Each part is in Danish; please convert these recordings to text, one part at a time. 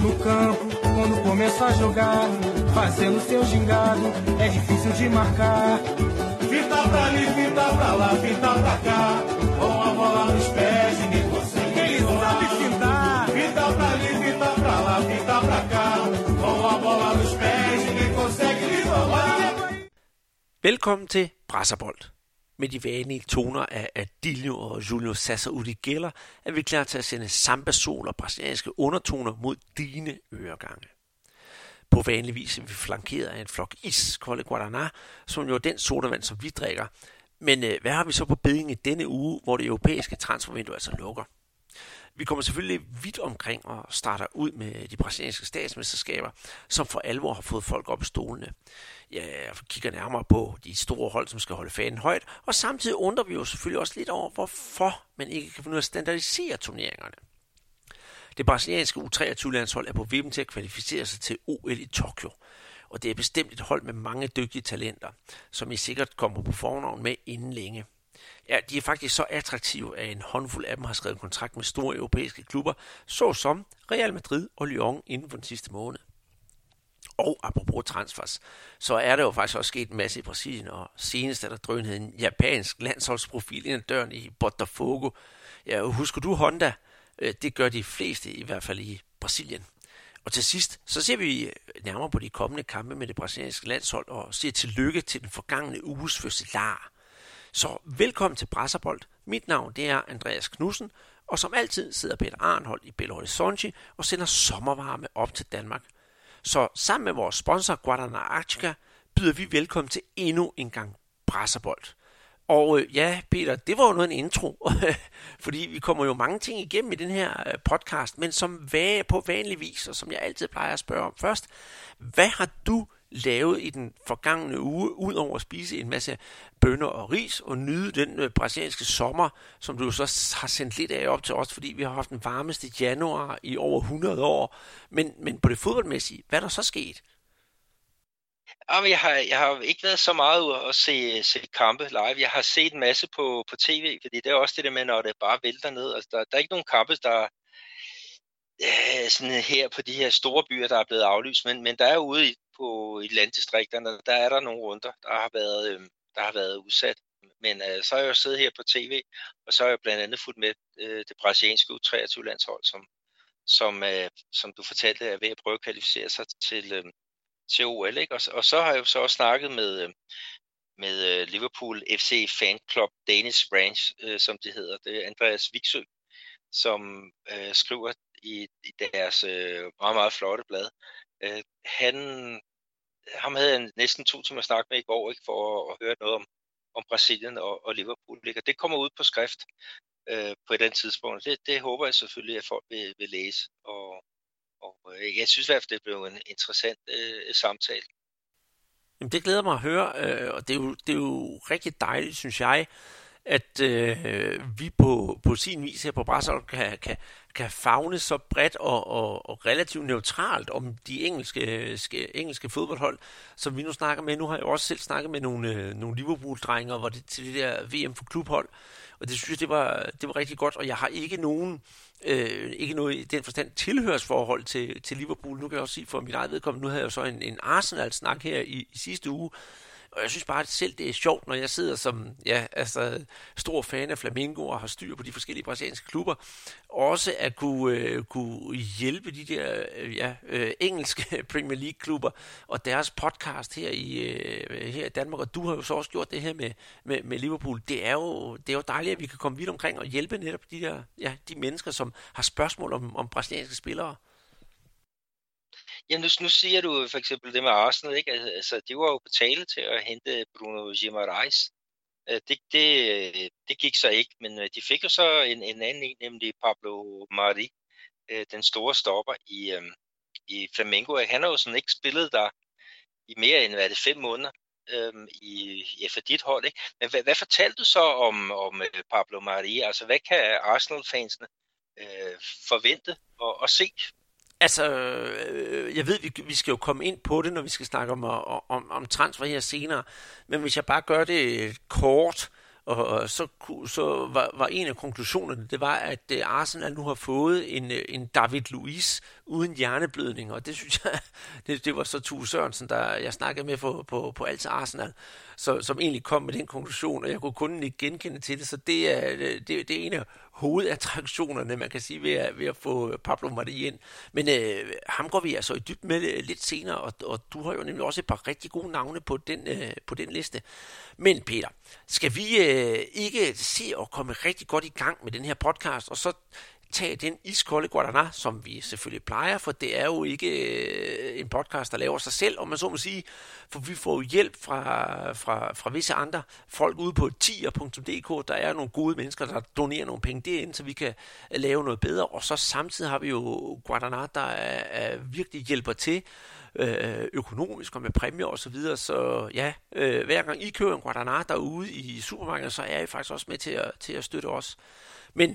No campo, quando começa a jogar, fazendo seu gingado, é difícil de marcar. Fita pra ali, fita pra lá, fita pra cá, com a bola nos pés, ninguém consegue. Ele sabe fintar. Fita pra ali, fita pra lá, fita pra cá, com a bola nos pés, ninguém consegue lhe roubar. Velkommen til Brasserbold. Med de vanlige toner af Adilio og Julio César Urigeller er vi klar til at sende samba-sol og brasilianske undertoner mod dine øregange. På vanlig vis er vi flankeret af en flok iskolde Guaraná, som jo er den sodavand, som vi drikker. Men hvad har vi så på beding i denne uge, hvor det europæiske transfervindue altså lukker? Vi kommer selvfølgelig vidt omkring og starter ud med de brasilianske statsmesterskaber, som for alvor har fået folk op i stolene. Jeg kigger nærmere på de store hold, som skal holde fanen højt, og samtidig undrer vi jo selvfølgelig også lidt over, hvorfor man ikke kan finde ud af at standardisere turneringerne. Det brasilianske U23-landshold er på vippen til at kvalificere sig til OL i Tokyo, og det er bestemt et hold med mange dygtige talenter, som I sikkert kommer på fornavn med inden længe. Ja, de er faktisk så attraktive, at en håndfuld af dem har skrevet kontrakt med store europæiske klubber, såsom Real Madrid og Lyon inden for den sidste måned. Og apropos transfers, så er der jo faktisk også sket en masse i Brasilien, og senest er der drønhed en japansk landsholdsprofil ind ad døren i Botafogo. Ja, husker du Honda? Det gør de fleste, i hvert fald i Brasilien. Og til sidst, så ser vi nærmere på de kommende kampe med det brasilianske landshold, og siger tillykke til den forgangne uges fødselar. Så velkommen til Brasserbold. Mit navn det er Andreas Knudsen, og som altid sidder Peter Arnholdt i Belo Horizonte og sender sommervarme op til Danmark. Så sammen med vores sponsor Guaraná Arctica byder vi velkommen til endnu en gang Brasserbold. Og ja, Peter, det var jo noget en intro, fordi vi kommer jo mange ting igennem i den her podcast, men som på vanlig vis, og som jeg altid plejer at spørge om først, hvad har du lavet i den forgangne uge, udover at spise en masse bønner og ris og nyde den brasilianske sommer, som du så har sendt lidt af op til os, fordi vi har haft den varmeste januar i over 100 år. Men på det fodboldmæssige, hvad er der så sket? Jamen, jeg har ikke været så meget ude at se kampe live. Jeg har set en masse på tv, fordi det er også det der med, når det bare vælter ned. Altså, der er ikke nogen kampe, der sådan her på de her store byer, der er blevet aflyst, men der er ude i landdistrikterne, der er der nogle runder, der har været udsat. Men så har jeg jo siddet her på tv, og så har jeg blandt andet fulgt med det brasilianske U23-landshold, som du fortalte, er ved at prøve at kvalificere sig til OL, ikke? Og så har jeg jo så også snakket med Liverpool FC Fan Club Danish Branch, som det hedder. Det er Andreas Viksø, som skriver i deres meget, meget flotte blad. Ham havde jeg næsten 2 timer at snakke med i går, ikke, for at høre noget om Brasilien og Liverpool. Og det kommer ud på skrift på et andet tidspunkt. Det håber jeg selvfølgelig, at folk vil læse. Og jeg synes i hvert fald, det blev en interessant samtale. Jamen, det glæder mig at høre, og det er jo rigtig dejligt, synes jeg, at vi på sin vis her på Brasserbold kan favne så bredt og relativt neutralt om de engelske fodboldhold, som vi nu snakker med. Nu har jeg også selv snakket med nogle Liverpool-drenge, hvor det til det der VM for klubhold, og det synes jeg, det var rigtig godt, og jeg har ikke noget i den forstand tilhørsforhold til Liverpool. Nu kan jeg også sige for mit eget vedkommende, nu havde jeg jo så en Arsenal-snak her i sidste uge, og jeg synes bare, at selv det er sjovt, når jeg sidder som stor fan af Flamengo og har styr på de forskellige brasilianske klubber, også at kunne hjælpe de der engelske Premier League-klubber og deres podcast her i Danmark, og du har jo så også gjort det her med Liverpool. Det er jo dejligt, at vi kan komme vidt omkring og hjælpe netop de mennesker, som har spørgsmål om brasilianske spillere. Jamen, nu siger du for eksempel det med Arsenal, ikke? Altså, de var jo betalt til at hente Bruno Guimaraes. Det gik så ikke, men de fik jo så en anden en, nemlig Pablo Mari, den store stopper i Flamengo. Han har jo sådan ikke spillet der i mere end 5 måneder for dit hold, ikke? Men hvad fortalte du så om Pablo Mari? Altså, hvad kan Arsenal-fansene forvente og se? Altså, jeg ved, vi skal jo komme ind på det, når vi skal snakke om transfer her senere, men hvis jeg bare gør det kort Og så var en af konklusionerne, det var, at Arsenal nu har fået en David Luiz uden hjerneblødning, og det synes jeg, det var så Tue Sørensen, der jeg snakkede med på Alt Arsenal, som egentlig kom med den konklusion, og jeg kunne kun ikke genkende til det, så det er en af hovedattraktionerne, man kan sige, ved at få Pablo Mari ind. Men ham går vi altså i dybden med lidt senere, og du har jo nemlig også et par rigtig gode navne på den liste. Men Peter, skal vi ikke se at komme rigtig godt i gang med den her podcast, og så tage den iskolde Guaraná, som vi selvfølgelig plejer, for det er jo ikke en podcast, der laver sig selv, om man så må sige, for vi får jo hjælp fra visse andre folk ude på tier.dk. Der er nogle gode mennesker, der donerer nogle penge derind, så vi kan lave noget bedre, og så samtidig har vi jo Guaraná, der er virkelig hjælper til økonomisk og med præmier og så videre, så ja, hver gang I køber en Guaraná derude i supermarkedet, så er I faktisk også med til at støtte os. Men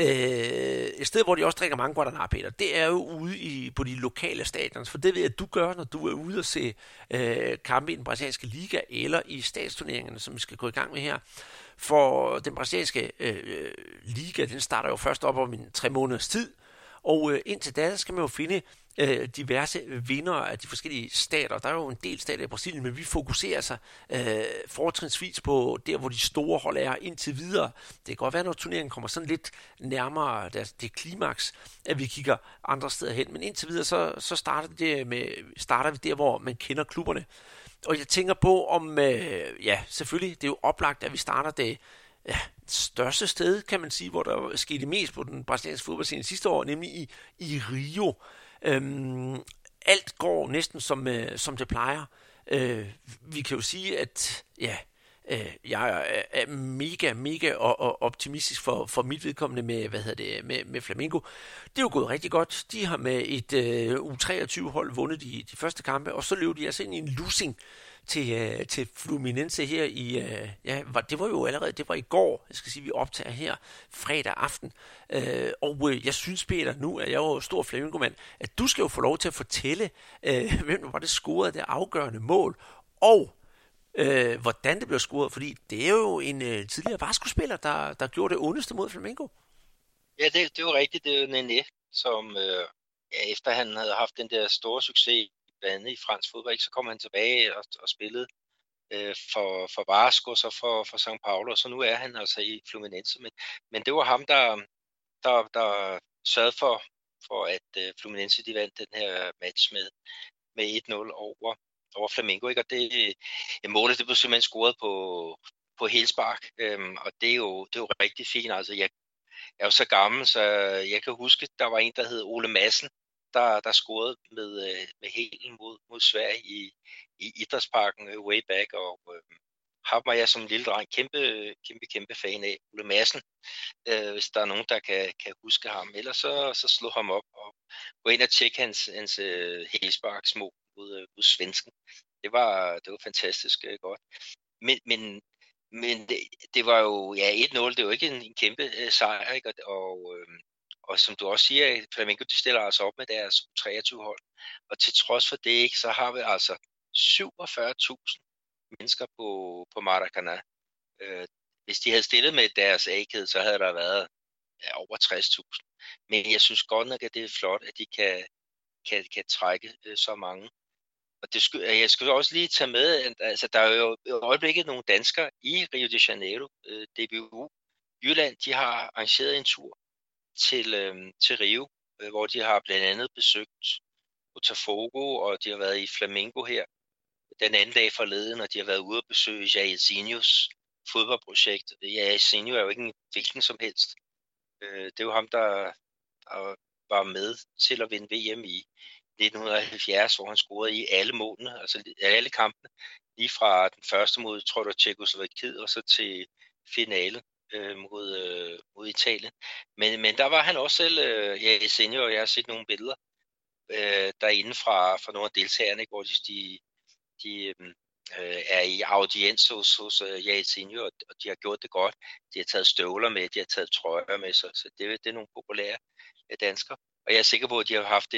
et sted, hvor de også drikker mange Guaraná, Peter, det er jo ude på de lokale stadions, for det ved jeg, at du gør, når du er ude og se kampe i den brasilianske liga, eller i statsturneringerne, som vi skal gå i gang med her. For den brasilianske liga, den starter jo først op om 3 måneders tid, og indtil da skal man jo finde diverse vindere af de forskellige stater. Der er jo en del stater i Brasilien, men vi fokuserer sig fortrinsvis på der, hvor de store hold er indtil videre. Det kan godt være, når turneringen kommer sådan lidt nærmere det klimaks, at vi kigger andre steder hen, men indtil videre så starter vi der, hvor man kender klubberne. Og jeg tænker på, om selvfølgelig, det er jo oplagt, at vi starter det største sted, kan man sige, hvor der skete mest på den brasilianske fodboldscene sidste år, nemlig i Rio. Alt går næsten som det plejer. Vi kan jo sige, at jeg er mega optimistisk for mit vedkommende med Flamengo. Det er jo gået rigtig godt. De har med et U23-hold vundet de første kampe, og så løb de altså ind i en losing til Fluminense her det var jo allerede, det var i går, jeg skal sige, vi optager her fredag aften, og jeg synes, Peter, nu er jeg jo stor Flamengo-mand, at du skal jo få lov til at fortælle, hvem var det scorede det afgørende mål, og hvordan det blev scoret, fordi det er jo en tidligere Vasco-spiller, der gjorde det ondeste mod Flamengo. Ja, det er jo rigtigt, det er jo Nené, som efter han havde haft den der store succes blandt andet i fransk fodbold, så kom han tilbage og spillede for Vasco, så for São Paulo, og så nu er han altså i Fluminense. Men det var ham, der sørgede for at Fluminense de vandt den her match med 1-0 over Flamengo, ikke? Og det målet, det blev simpelthen scoret på helspark, og det er jo rigtig fint. Altså, jeg er jo så gammel, så jeg kan huske, der var en, der hed Ole Madsen, der scorede med hælen mod Sverige i Idrætsparken way back, og ham var jeg som lille dreng kæmpe fan af, Ole Madsen, hvis der er nogen, der kan huske ham. Ellers så slå ham op og gå ind og tjekke hans hælsparksmål mod svensken. Det var fantastisk godt. Men det var jo 1-0, det var ikke en kæmpe sejr, ikke? Og som du også siger, Flamengo, de stiller altså op med deres 23-hold. Og til trods for det, ikke, så har vi altså 47.000 mennesker på Maracanã. Hvis de havde stillet med deres A-kæde, så havde der været over 60.000. Men jeg synes godt nok, at det er flot, at de kan trække så mange. Og jeg skal også lige tage med, at altså, der er jo i øjeblikket nogle danskere i Rio de Janeiro, DBU Jylland, de har arrangeret en tur til Rio, hvor de har blandt andet besøgt Botafogo, og de har været i Flamengo her den anden dag forleden, og de har været ude og besøge Jairzinhos fodboldprojekt. Jairzinho er jo ikke en hvilken som helst. Det er jo ham, der var med til at vinde VM i 1970, hvor han scorede i alle målene, altså alle kampene, lige fra den første mod, tror du, Tjekkoslovakiet, og så til finalen mod Italien. Men der var han også selv, Jairzinho, og jeg har set nogle billeder derinde fra nogle af deltagerne, hvor de er i audiens hos Jairzinho, og de har gjort det godt. De har taget støvler med, de har taget trøjer med, så det er nogle populære danskere. Og jeg er sikker på, at de har haft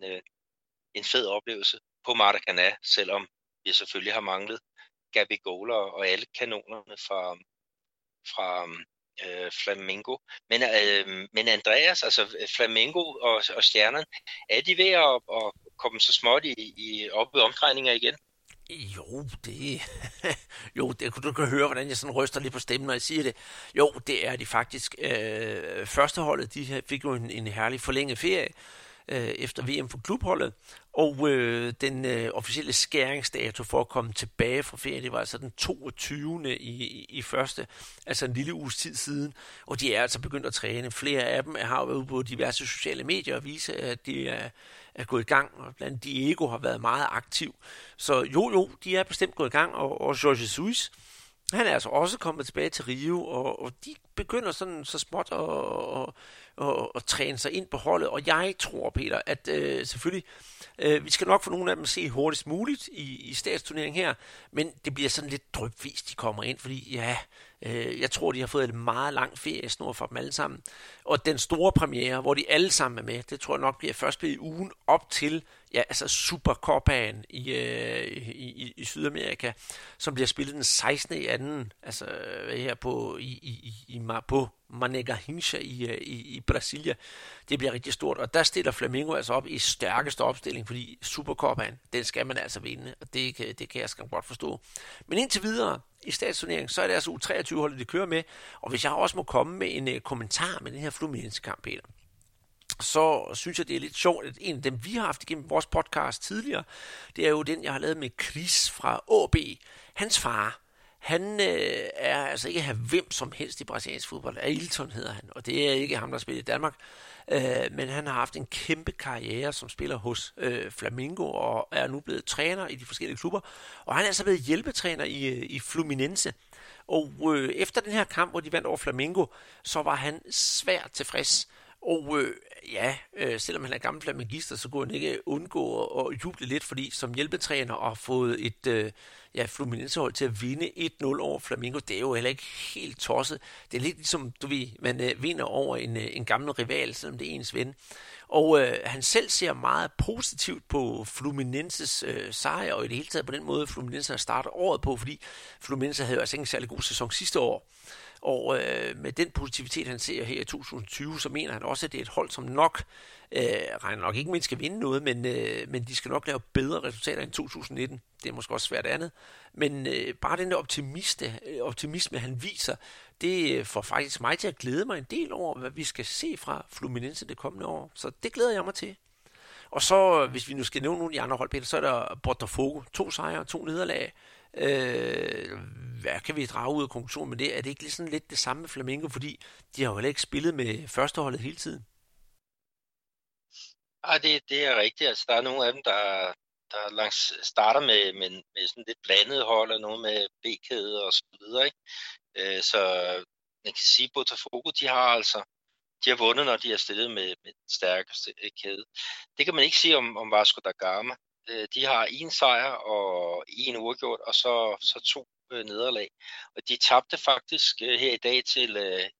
en fed oplevelse på Maracanã, selvom vi selvfølgelig har manglet Gabigol og alle kanonerne Flamengo. Men Andreas, altså Flamengo og Stjernen, er de ved at komme så småt op i omdrejninger igen? Jo, du kan høre, hvordan jeg sådan ryster lidt på stemmen, når jeg siger det. Jo, det er de faktisk. Førsteholdet, de fik jo en herlig forlænget ferie efter VM for klubholdet, og den officielle skæringsdato for at komme tilbage fra ferie, det var altså den 22. i første, altså en lille uges tid siden, og de er altså begyndt at træne. Flere af dem har været ude på diverse sociale medier og vise, at de er gået i gang, og blandt Diego har været meget aktiv. Så jo, de er bestemt gået i gang, og Jorge Jesus, han er altså også kommet tilbage til Rio, og de begynder sådan så småt at træne sig ind på holdet. Og jeg tror, Peter, at selvfølgelig, vi skal nok få nogle af dem se hurtigst muligt i statsturneringen her, men det bliver sådan lidt drypvis, de kommer ind, fordi jeg tror, de har fået et meget lang feriesnor for dem alle sammen. Og den store premiere, hvor de alle sammen er med, det tror jeg nok bliver først i ugen op til Supercopaen i Sydamerika, som bliver spillet den 16. i anden, altså her på Mané Garrincha i Brasilia. Det bliver rigtig stort, og der stiller Flamengo altså op i stærkeste opstilling, fordi Supercopaen, den skal man altså vinde, og det kan jeg godt forstå. Men indtil videre i statsturneringen, så er det altså U23-holdet, de kører med, og hvis jeg også må komme med en kommentar med den her Fluminense-kamp, Peter, så synes jeg, det er lidt sjovt, at en af dem, vi har haft igennem vores podcast tidligere, det er jo den, jeg har lavet med Chris fra AB. Hans far, han er altså ikke have hvem som helst i brasiliansk fodbold. Ailton hedder han, og det er ikke ham, der spiller i Danmark. Men han har haft en kæmpe karriere som spiller hos Flamengo, og er nu blevet træner i de forskellige klubber. Og han er altså blevet hjælpetræner i Fluminense. Og efter den her kamp, hvor de vandt over Flamengo, så var han svært tilfreds. Og selvom han er gammel flamengister, så kunne han ikke undgå at juble lidt, fordi som hjælpetræner og fået et Fluminense-hold til at vinde 1-0 over Flamengo, det er jo heller ikke helt tosset. Det er lidt ligesom, man vinder over en gammel rival, selvom det er ens ven. Og han selv ser meget positivt på Fluminenses sejr, og i det hele taget på den måde, Fluminense har startet året på, fordi Fluminense havde jo altså ikke en særlig god sæson sidste år. Og med den positivitet, han ser her i 2020, så mener han også, at det er et hold, som regner nok ikke mindst skal vinde noget, men de skal nok lave bedre resultater end 2019. Det er måske også svært andet. Men bare den der optimisme, han viser, det får faktisk mig til at glæde mig en del over, hvad vi skal se fra Fluminense det kommende år. Så det glæder jeg mig til. Og så, hvis vi nu skal nævne nogle af de andre hold, Peter, så er der Botafogo. 2 sejre, 2 nederlag. Hvad kan vi drage ud af konklusionen med det? Er det ikke sådan lidt det samme med Flamengo, fordi de har jo heller ikke spillet med førsteholdet hele tiden? Ja, det er rigtigt. Altså, der er nogle af dem, der starter med sådan lidt blandet hold, og nogle med B-kæde og så videre, ikke? Så man kan sige, at Botafogo, de har vundet, når de er stillet med den stærkeste kæde. Det kan man ikke sige om Vasco da Gama. De har 1 sejr og 1 uafgjort, og så 2 nederlag. Og de tabte faktisk her i dag til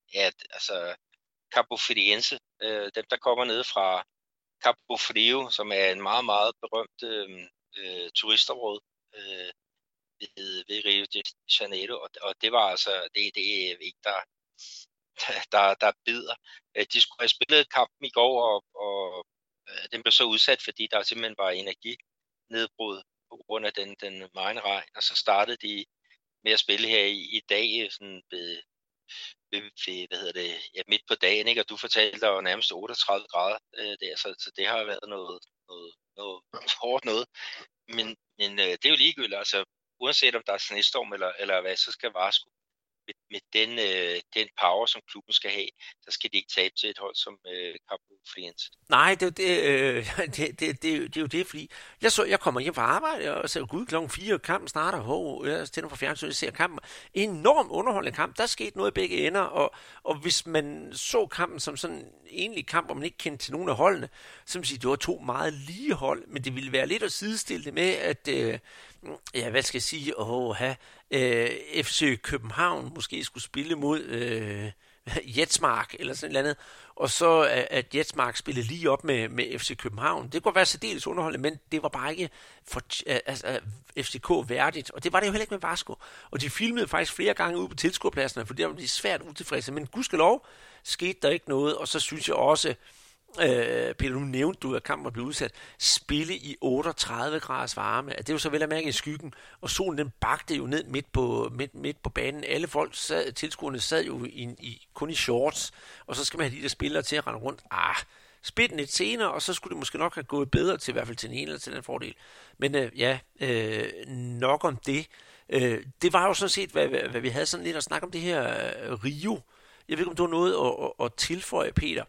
Cabo Friense, dem der kommer ned fra Cabo Frio, som er en meget, meget berømt turistområde ved Rio de Janeiro. Og det var altså, det er ikke der bider. De skulle have spillet kampen i går, og den blev så udsat, fordi der simpelthen var energinedbrud på grund af den meget regn, og så startede de med at spille her i dag sådan ved midt på dagen, ikke? Og du fortalte, der var nærmest 38 grader der, så det har været noget hårdt noget. Men det er jo ligegyldigt, altså uanset om der er snestorm eller hvad, så skal Vasco med den power, som klubben skal have, så skal de ikke tabe til et hold som Cabo Friense. Nej, det er jo det, fordi jeg kommer hjem fra arbejde og ser gud klokken 4, kampen starter, jeg tænder for fjernsynet, jeg ser kampen. Enormt underholdende kamp, der skete noget i begge ender, og hvis man så kampen som sådan en egentlig kamp, hvor man ikke kendte til nogen af holdene, så vil sige, det var 2 meget lige hold, men det ville være lidt at sidestille det med, at hvad skal jeg sige, FC København måske skulle spille mod Jetsmark eller sådan et eller andet, og så at Jetsmark spillede lige op med FC København. Det kunne være særdeles underholdende, men det var bare ikke for FCK værdigt, og det var det jo heller ikke med Vasco. Og de filmede faktisk flere gange ude på tilskuerpladserne, for det var de svært utilfredse, men gudskelov skete der ikke noget, og så synes jeg også, Peter, nu nævnte du, at kampen blev udsat, spille i 38 graders varme, det er jo så vel at mærke i skyggen, og solen den bagte jo ned midt på banen. Alle folk, tilskuerne sad jo kun i shorts, og så skal man have de der spillere til at rende rundt. Spil den lidt senere, og så skulle det måske nok have gået bedre til, i hvert fald til den ene eller til den fordel. Men nok om det. Det var jo sådan set, hvad vi havde sådan lidt at snakke om det her Rio. Jeg ved ikke, om du har noget at tilføje, Peter?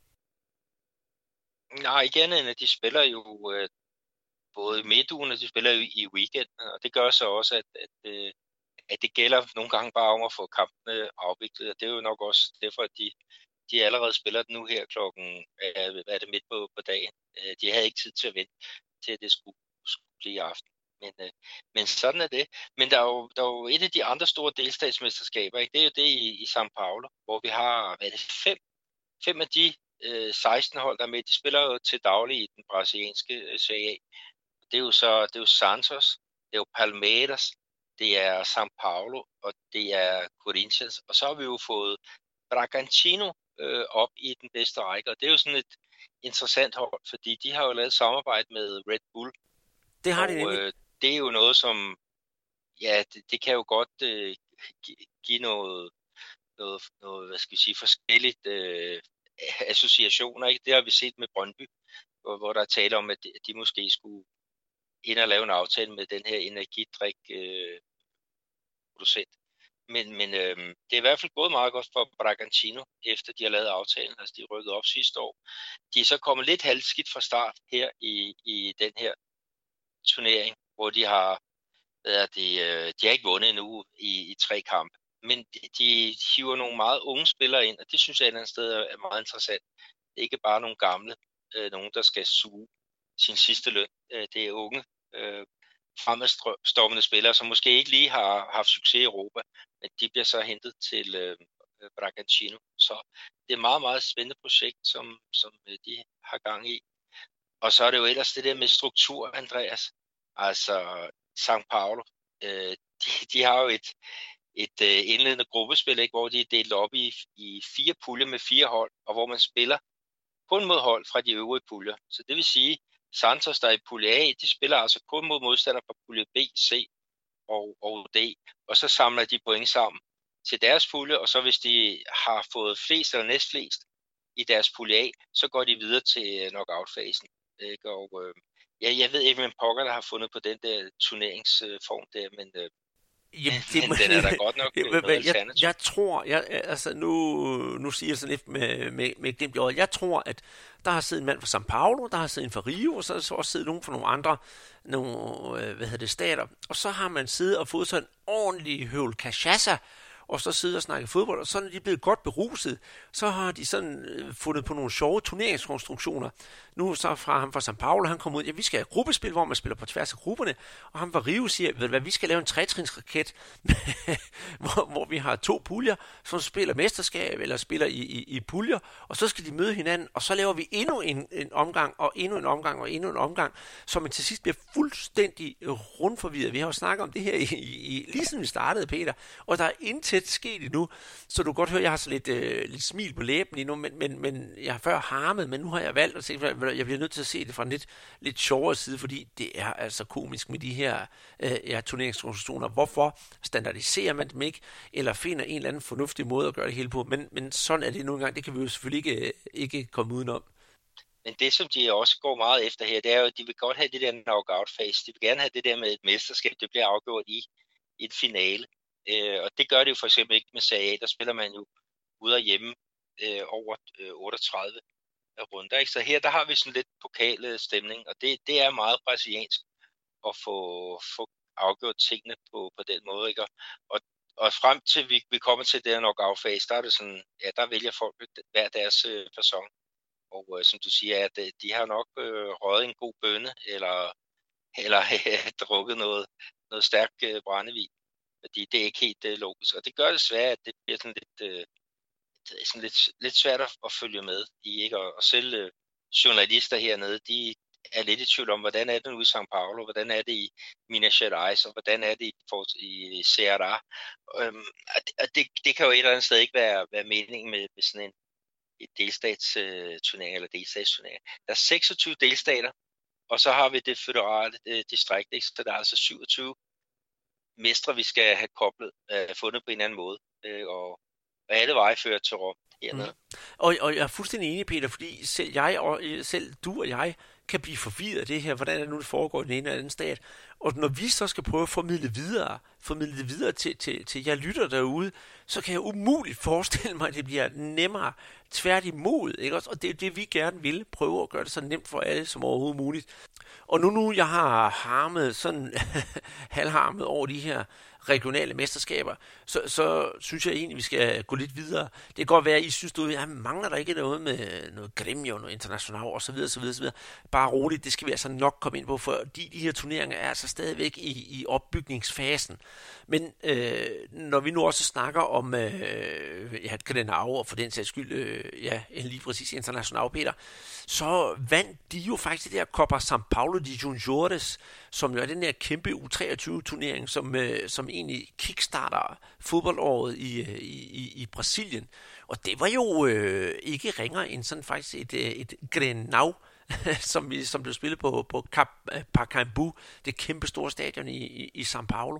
Nej, igen, at de spiller jo både i midtugen, og de spiller jo i weekenden, og det gør så også, at det gælder nogle gange bare om at få kampene afviklet, og det er jo nok også derfor, at de allerede spiller nu her klokken, hvad er det, midt på dagen. De havde ikke tid til at vente til, at det skulle blive i aften. Men sådan er det. Men der er jo et af de andre store delstatsmesterskaber, ikke? Det er jo det i São Paulo, hvor vi har, hvad er det, fem af de 16 hold, der er med, de spiller jo til daglig i den brasilianske Serie A. Det er jo Santos, det er jo Palmeiras, det er São Paulo, og det er Corinthians. Og så har vi jo fået Bragantino op i den bedste række, og det er jo sådan et interessant hold, fordi de har jo lavet samarbejde med Red Bull. Det har de nemlig. Det er jo noget, som, ja, det kan jo godt give noget, hvad skal vi sige, forskelligt associationer, ikke? Det har vi set med Brøndby, hvor der er tale om, at de måske skulle ind og lave en aftale med den her energidrik producent. Men det er i hvert fald gået meget godt for Bragantino, efter de har lavet aftalen. Altså, de rykkede op sidste år. De er så kommet lidt halvskidt fra start her i den her turnering, hvor de har ikke vundet endnu i 3 kampe. Men de hiver nogle meget unge spillere ind, og det synes jeg et eller andet sted er meget interessant. Det er ikke bare nogle gamle, nogen der skal suge sin sidste løn. Det er unge, fremadstormende spillere, som måske ikke lige har haft succes i Europa, men de bliver så hentet til Bragantino. Så det er et meget, meget spændende projekt, som de har gang i. Og så er det jo ellers det der med struktur, Andreas. Altså São Paulo, de har jo et indledende gruppespil, ikke, hvor de er delt op i 4 puljer med 4 hold, og hvor man spiller kun mod hold fra de øvrige puljer. Så det vil sige, Santos, der er i pulje A, de spiller altså kun mod modstandere fra pulje B, C og D, og så samler de point sammen til deres pulje, og så hvis de har fået flest eller næstflest i deres pulje A, så går de videre til knockout-fasen. Og jeg ved ikke, hvem pokker der har fundet på den der turneringsform der, men jamen, den er da godt nok jeg tror, altså nu siger jeg sådan lidt med glimt i øjet, jeg tror, at der har siddet en mand fra São Paulo, der har siddet en fra Rio, og så har der også siddet nogen fra nogle andre stater, og så har man siddet og fået sådan en ordentlig høvl cachaça, og så sidder og snakker fodbold, og så er de blevet godt beruset, så har de sådan fundet på nogle sjove turneringskonstruktioner. Nu så fra ham fra São Paulo, han kom ud, vi skal have gruppespil, hvor man spiller på tværs af grupperne, og ham fra Rio siger, ved du hvad, vi skal lave en 3-trinsraket, hvor vi har 2 puljer, som spiller mesterskab, eller spiller i puljer, og så skal de møde hinanden, og så laver vi endnu en omgang, og endnu en omgang, og endnu en omgang, så man til sidst bliver fuldstændig rundforvirret. Vi har jo snakket om det her lige siden vi startede, Peter, og der er intet sket endnu, så du kan godt høre, jeg har så lidt smil på læben endnu, men jeg har før harmet, men nu har jeg valgt at se, jeg bliver nødt til at se det fra en lidt sjovere side, fordi det er altså komisk med de her turneringskonstruktioner. Hvorfor standardiserer man dem ikke, eller finder en eller anden fornuftig måde at gøre det hele på, men sådan er det nu engang, det kan vi jo selvfølgelig ikke komme udenom. Men det, som de også går meget efter her, det er jo, at de vil godt have det der knockout-fase. De vil gerne have det der med et mesterskab, det bliver afgjort i et finale. Og det gør det jo for eksempel ikke med Serie A. Der spiller man jo ude og hjemme over 38 runder. Ikke? Så her der har vi sådan lidt pokalstemning, og det er meget brasiliansk at få afgjort tingene på den måde. Ikke? Og frem til vi kommer til det her knockout-fase, der er det sådan, ja, der vælger folk hver deres person. Og som du siger, at de har nok røget en god bønne, eller drukket noget stærkt brændevin. Fordi det er ikke helt logisk. Og det gør desværre, at det bliver sådan lidt det er sådan lidt svært at følge med i, ikke? Og selv journalister hernede, de er lidt i tvivl om, hvordan er det nu i São Paulo, hvordan er det i Minas Gerais, og hvordan er det i Ceará. Og det kan jo et eller andet sted ikke være meningen med sådan en delstatsturnering eller delstatsturnering. Der er 26 delstater, og så har vi det føderale distrikt, ikke? Så der er altså 27 mestre, vi skal have koblet, fundet på en eller anden måde, og alle veje fører til Rom hernede. Og jeg er fuldstændig enig, Peter, fordi selv du og jeg kan blive forvirret af det her, hvordan er det nu, det foregår i den ene eller anden stat. Og når vi så skal prøve at formidle det videre til jer lytter derude, så kan jeg umuligt forestille mig, at det bliver nemmere. Tværtimod, ikke også? Og det er det, vi gerne vil prøve at gøre det så nemt for alle som overhovedet muligt. Og nu jeg har harmet sådan halvharmet over de her regionale mesterskaber, så synes jeg egentlig, vi skal gå lidt videre. Det kan godt være, at I synes, at mangler der ikke noget med noget Grêmio, noget international og så videre. Bare roligt, det skal vi altså nok komme ind på, fordi de her turneringer er altså stadigvæk i opbygningsfasen. Men når vi nu også snakker om Grenau og for den sags skyld, lige præcis international, Peter, så vandt de jo faktisk det der Copa São Paulo de Juniores, som jo er den der kæmpe U23-turnering, som egentlig kickstarter fodboldåret i Brasilien. Og det var jo ikke ringere end sådan faktisk et Grenau, som blev spillet på Pacaembu, det kæmpe store stadion i São Paulo.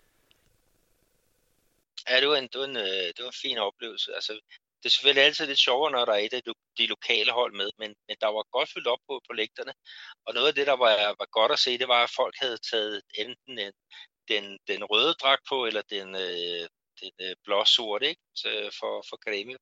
Ja, det var en fin oplevelse. Altså, det er selvfølgelig altid lidt sjovere, når der er et af de lokale hold med, men der var godt fyldt op på lægterne. Og noget af det, der var godt at se, det var, at folk havde taget enten den røde dragt på, eller den blå-sorte, ikke? For Grêmio.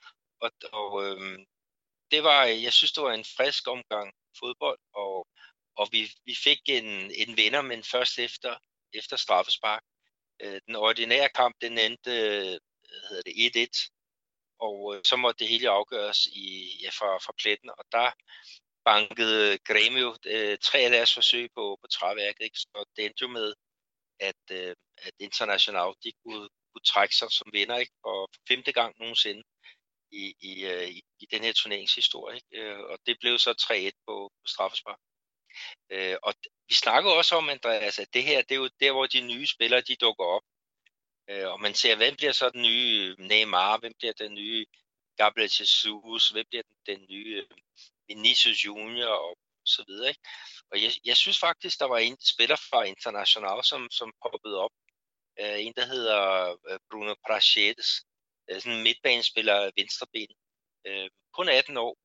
Og det var, jeg synes, det var en frisk omgang fodbold, og vi fik en vinder, men først efter straffespark. Den ordinære kamp, den endte 1-1, og så måtte det hele afgøres fra pletten, og der bankede Grêmio 3 af deres forsøg på træværket, ikke? Så det endte jo med, at Internacional, de kunne trække sig som vinder, ikke? Og for 5. gang nogensinde i den her turneringshistorie, ikke? Og det blev så 3-1 på straffespark. Og vi snakker også om, Andreas, at det her, det er jo der, hvor de nye spillere, de dukker op. Og man ser, hvem bliver så den nye Neymar, hvem bliver den nye Gabriel Jesus, hvem bliver den nye Vinicius Junior og så videre, ikke? Og jeg synes faktisk, der var en spiller fra Internacional, som poppede op. En, der hedder Bruno Praxedes, sådan en midtbanespiller, venstreben. Kun 18 år,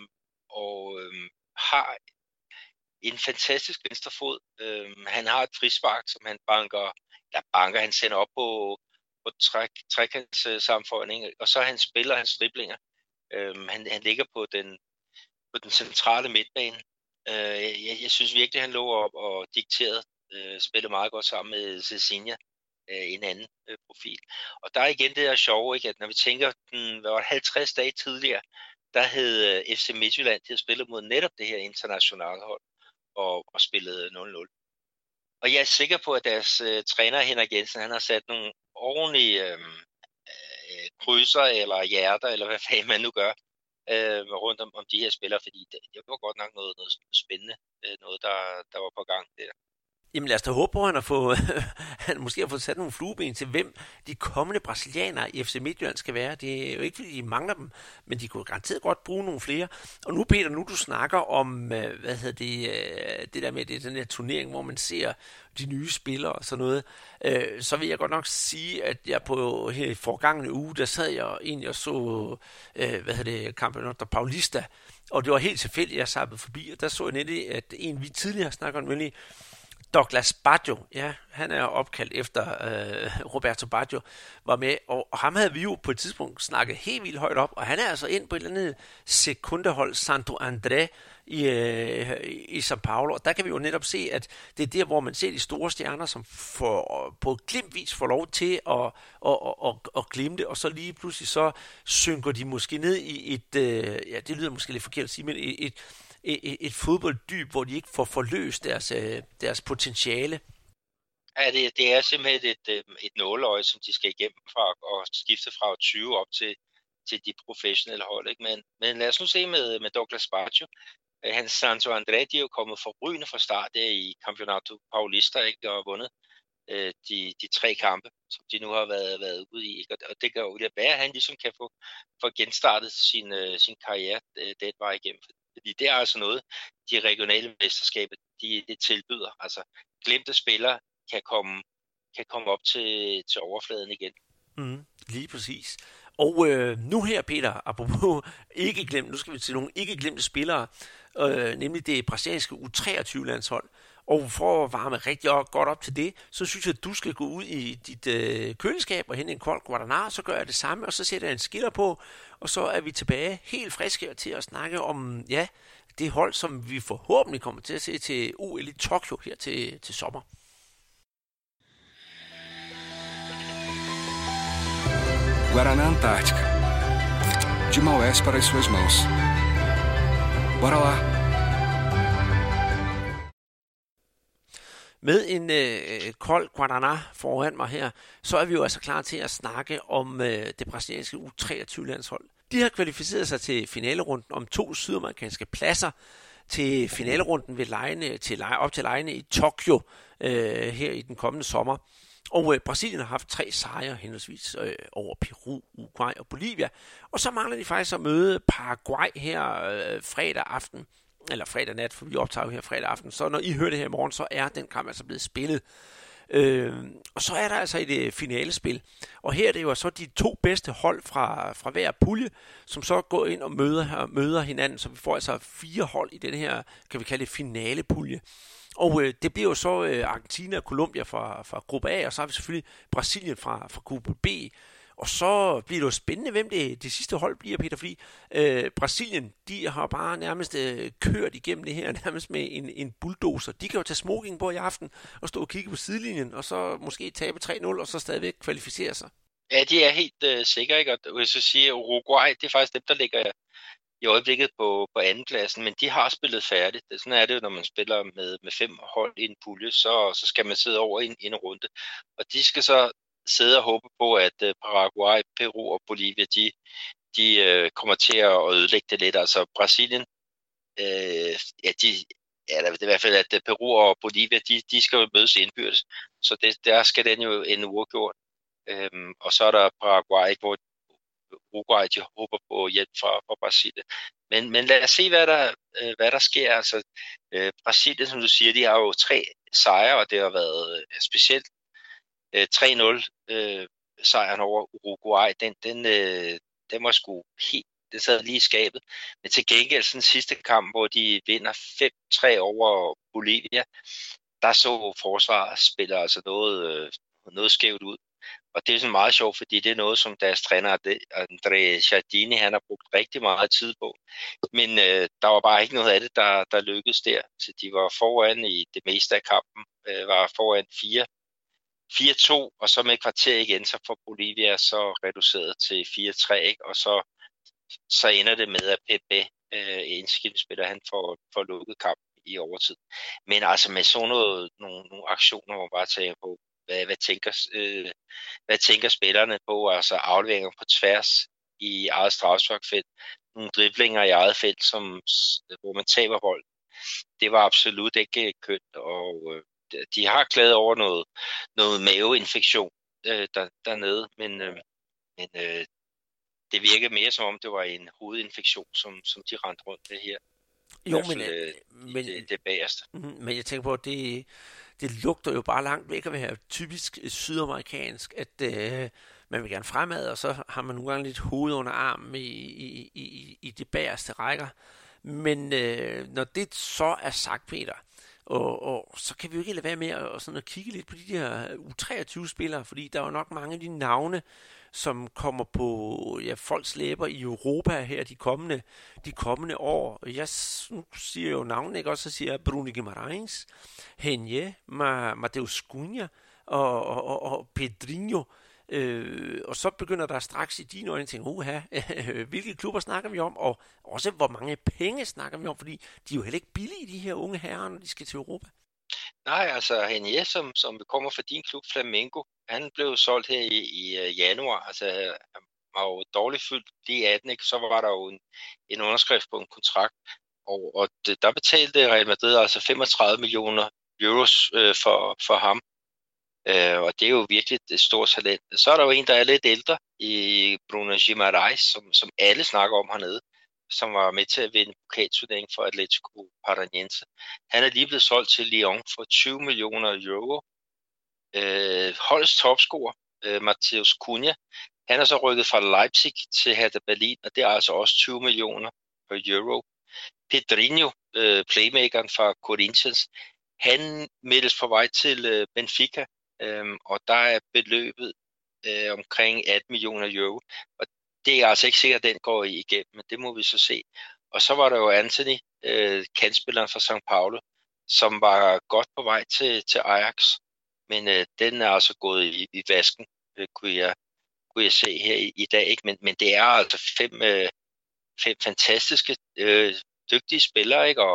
og har en fantastisk venstrefod. Han har et frispark, som han han sender op på trekantssammenføjning, og så han spiller hans driblinger. Han ligger på den centrale midtbane. Jeg synes virkelig, han lå op og dikterede, spillede meget godt sammen med Cezinha, en anden profil. Og der er igen det der sjove, ikke, at når vi tænker, var 50 dage tidligere, der hed FC Midtjylland, de havde spillet mod netop det her internationale hold, og spillede 0-0. Og jeg er sikker på, at deres træner Henrik Jensen, han har sat nogle ordentlige krydser eller hjerter, eller hvad fanden man nu gør, rundt om de her spillere, fordi det var godt nok noget spændende, noget der var på gang der. Jamen lad os da håbe på, at han måske har fået sat nogle flueben til, hvem de kommende brasilianere i FC Midtjylland skal være. Det er jo ikke, fordi de mangler dem, men de kunne garanteret godt bruge nogle flere. Og nu, Peter, du snakker om, det der med den her turnering, hvor man ser de nye spillere og sådan noget, så vil jeg godt nok sige, at jeg på her forgangne uge, der sad jeg egentlig og så, Campeonato Paulista, og det var helt tilfældigt, jeg sappede forbi, og der så jeg netop, at en vi tidligere snakker om, nemlig Douglas Baggio, ja, han er opkaldt efter Roberto Baggio, var med, og ham havde vi jo på et tidspunkt snakket helt vildt højt op, og han er altså ind på et eller andet sekundehold Santo André i São Paulo, og der kan vi jo netop se, at det er der, hvor man ser de store stjerner, som på glimtvis får lov til at glemme det, og så lige pludselig så synker de måske ned i et, det lyder måske lidt forkert at sige, men et fodbolddyb, hvor de ikke får forløst deres potentiale. Ja, det er simpelthen et nåleøje, som de skal igennem fra at skifte fra 20 op til til de professionelle hold. Ikke? Men lad os nu se med Douglas Baggio. Hans Santo André, de er jo kommet forrygende fra start der i Campeonato Paulista, ikke? Og har vundet de 3 kampe, som de nu har været ude i. Ikke? Og det kan jo være, at han ligesom kan få genstartet sin karriere den vej igennem. Fordi det er altså noget, de regionale mesterskaber, de tilbyder. Altså glemte spillere kan komme op til overfladen igen. Lige præcis. Og nu her, Peter, apropos ikke glemt, nu skal vi til nogle ikke glemte spillere, nemlig det brasilianske U23-landshold. Og for at varme rigtig godt op til det, så synes jeg, at du skal gå ud i dit køleskab og hente en kold Guaraná, så gør jeg det samme, og så sætter jeg en skiller på, og så er vi tilbage helt friske til at snakke om, ja, det hold, som vi forhåbentlig kommer til at se til OL i Tokyo her til sommer. Guaraná Antártica. De Maués para as suas mãos. Bora lá. Med en kold Guaraná foran mig her, så er vi jo altså klar til at snakke om det brasilianske U23-landshold. De har kvalificeret sig til finalerunden om 2 sydamerikanske pladser til finalerunden ved op til legene i Tokyo her i den kommende sommer. Og Brasilien har haft 3 sejre henholdsvis over Peru, Uruguay og Bolivia. Og så mangler de faktisk at møde Paraguay her fredag aften. Eller fredag nat, for vi optager her fredag aften. Så når I hører det her i morgen, så er den kamp altså blevet spillet. Og så er der altså et finalespil. Og her er det jo så de 2 bedste hold fra hver pulje, som så går ind og møder hinanden. Så vi får altså 4 hold i den her, kan vi kalde det, finalepulje. Og det bliver jo så Argentina og Colombia fra gruppe A, og så har vi selvfølgelig Brasilien fra gruppe B. Og så bliver det jo spændende, hvem det sidste hold bliver, Peter, fordi Brasilien, de har bare nærmest kørt igennem det her, nærmest med en bulldozer. De kan jo tage smoking på i aften og stå og kigge på sidelinjen, og så måske tabe 3-0, og så stadigvæk kvalificere sig. Ja, de er helt sikre, ikke? Og jeg så sige, Uruguay, det er faktisk dem, der ligger i øjeblikket på andenpladsen, men de har spillet færdigt. Sådan er det jo, når man spiller med 5 hold i en pulje, så skal man sidde over i en runde. Og de skal så sidde og håbe på, at Paraguay, Peru og Bolivia, de kommer til at ødelægge det lidt. Altså Brasilien, det er i hvert fald, at Peru og Bolivia, de skal jo mødes indbyrdes. Så der skal den jo ende uafgjort. Og så er der Paraguay, hvor Uruguay, de håber på hjælp fra Brasilien. Men lad os se, hvad der sker. Altså, Brasilien, som du siger, de har jo 3 sejre, og det har været specielt 3-0 sejren over Uruguay. Den var sgu helt, den sad lige i skabet. Men til gengæld sådan sidste kamp, hvor de vinder 5-3 over Bolivia, der så forsvaret spiller altså noget skævt ud. Og det er sådan meget sjovt, fordi det er noget, som deres træner, André Jardine, han har brugt rigtig meget tid på. Men der var bare ikke noget af det, der lykkedes der. Så de var foran i det meste af kampen, var foran 4-2, og så med et kvarter igen, så får Bolivia så reduceret til 4-3, ikke? Og så ender det med, at Pepe, indskibsspiller, han får lukket kampen i overtid. Men altså med sådan nogle aktioner, hvor man bare tænker på, hvad tænker spillerne på, altså afleveringer på tværs i eget strafsparkfelt, nogle driblinger i eget felt, hvor man taber bold. Det var absolut ikke kønt, og de har klaget over noget maveinfektion dernede, men det virker mere som om det var en hovedinfektion, som de rendte rundt med her. Jo, men det bagerste. Men jeg tænker på, at det lugter jo bare langt væk at være typisk sydamerikansk, at man vil gerne fremad, og så har man nogle gange lidt hoved under armen i de bagerste rækker. Men når det så er sagt, Peter, og så kan vi jo ikke lade være med at kigge lidt på de der U23-spillere, fordi der er jo nok mange af de navne, som kommer på folks læber i Europa her de kommende år. Jeg siger jo navnet, ikke? Også så siger jeg Bruno Guimarães, Henje, Mateus Cunha og Pedrinho. Og så begynder der straks i dine øjne at tænke, hvilke klubber snakker vi om, og også hvor mange penge snakker vi om, fordi de er jo heller ikke billige, de her unge herrer, når de skal til Europa. Nej, altså Henje, som kommer fra din klub Flamengo, han blev solgt her i januar, altså og dårligt fyldt de 18, ikke? Så var der jo en underskrift på en kontrakt, og der betalte Real Madrid altså 35 millioner euros for ham. Og det er jo virkelig et stort talent. Så er der jo en, der er lidt ældre, i Bruno Guimaraes, som alle snakker om hernede, som var med til at vinde pokalturneringen for Atletico Paranaense. Han er lige blevet solgt til Lyon for 20 millioner euro. Holdets topscorer, Matheus Cunha, han er så rykket fra Leipzig til Hertha Berlin, og det er altså også 20 millioner euro. Pedrinho, playmakeren fra Corinthians, han meldes på vej til Benfica, og der er beløbet omkring 18 millioner euro. Og det er altså ikke sikkert, at den går igennem, men det må vi så se. Og så var der jo Anthony, kantspilleren fra São Paulo, som var godt på vej til Ajax. Men den er altså gået i vasken, kunne jeg se her i dag. Ikke? Men det er altså fem fantastiske, dygtige spillere, ikke?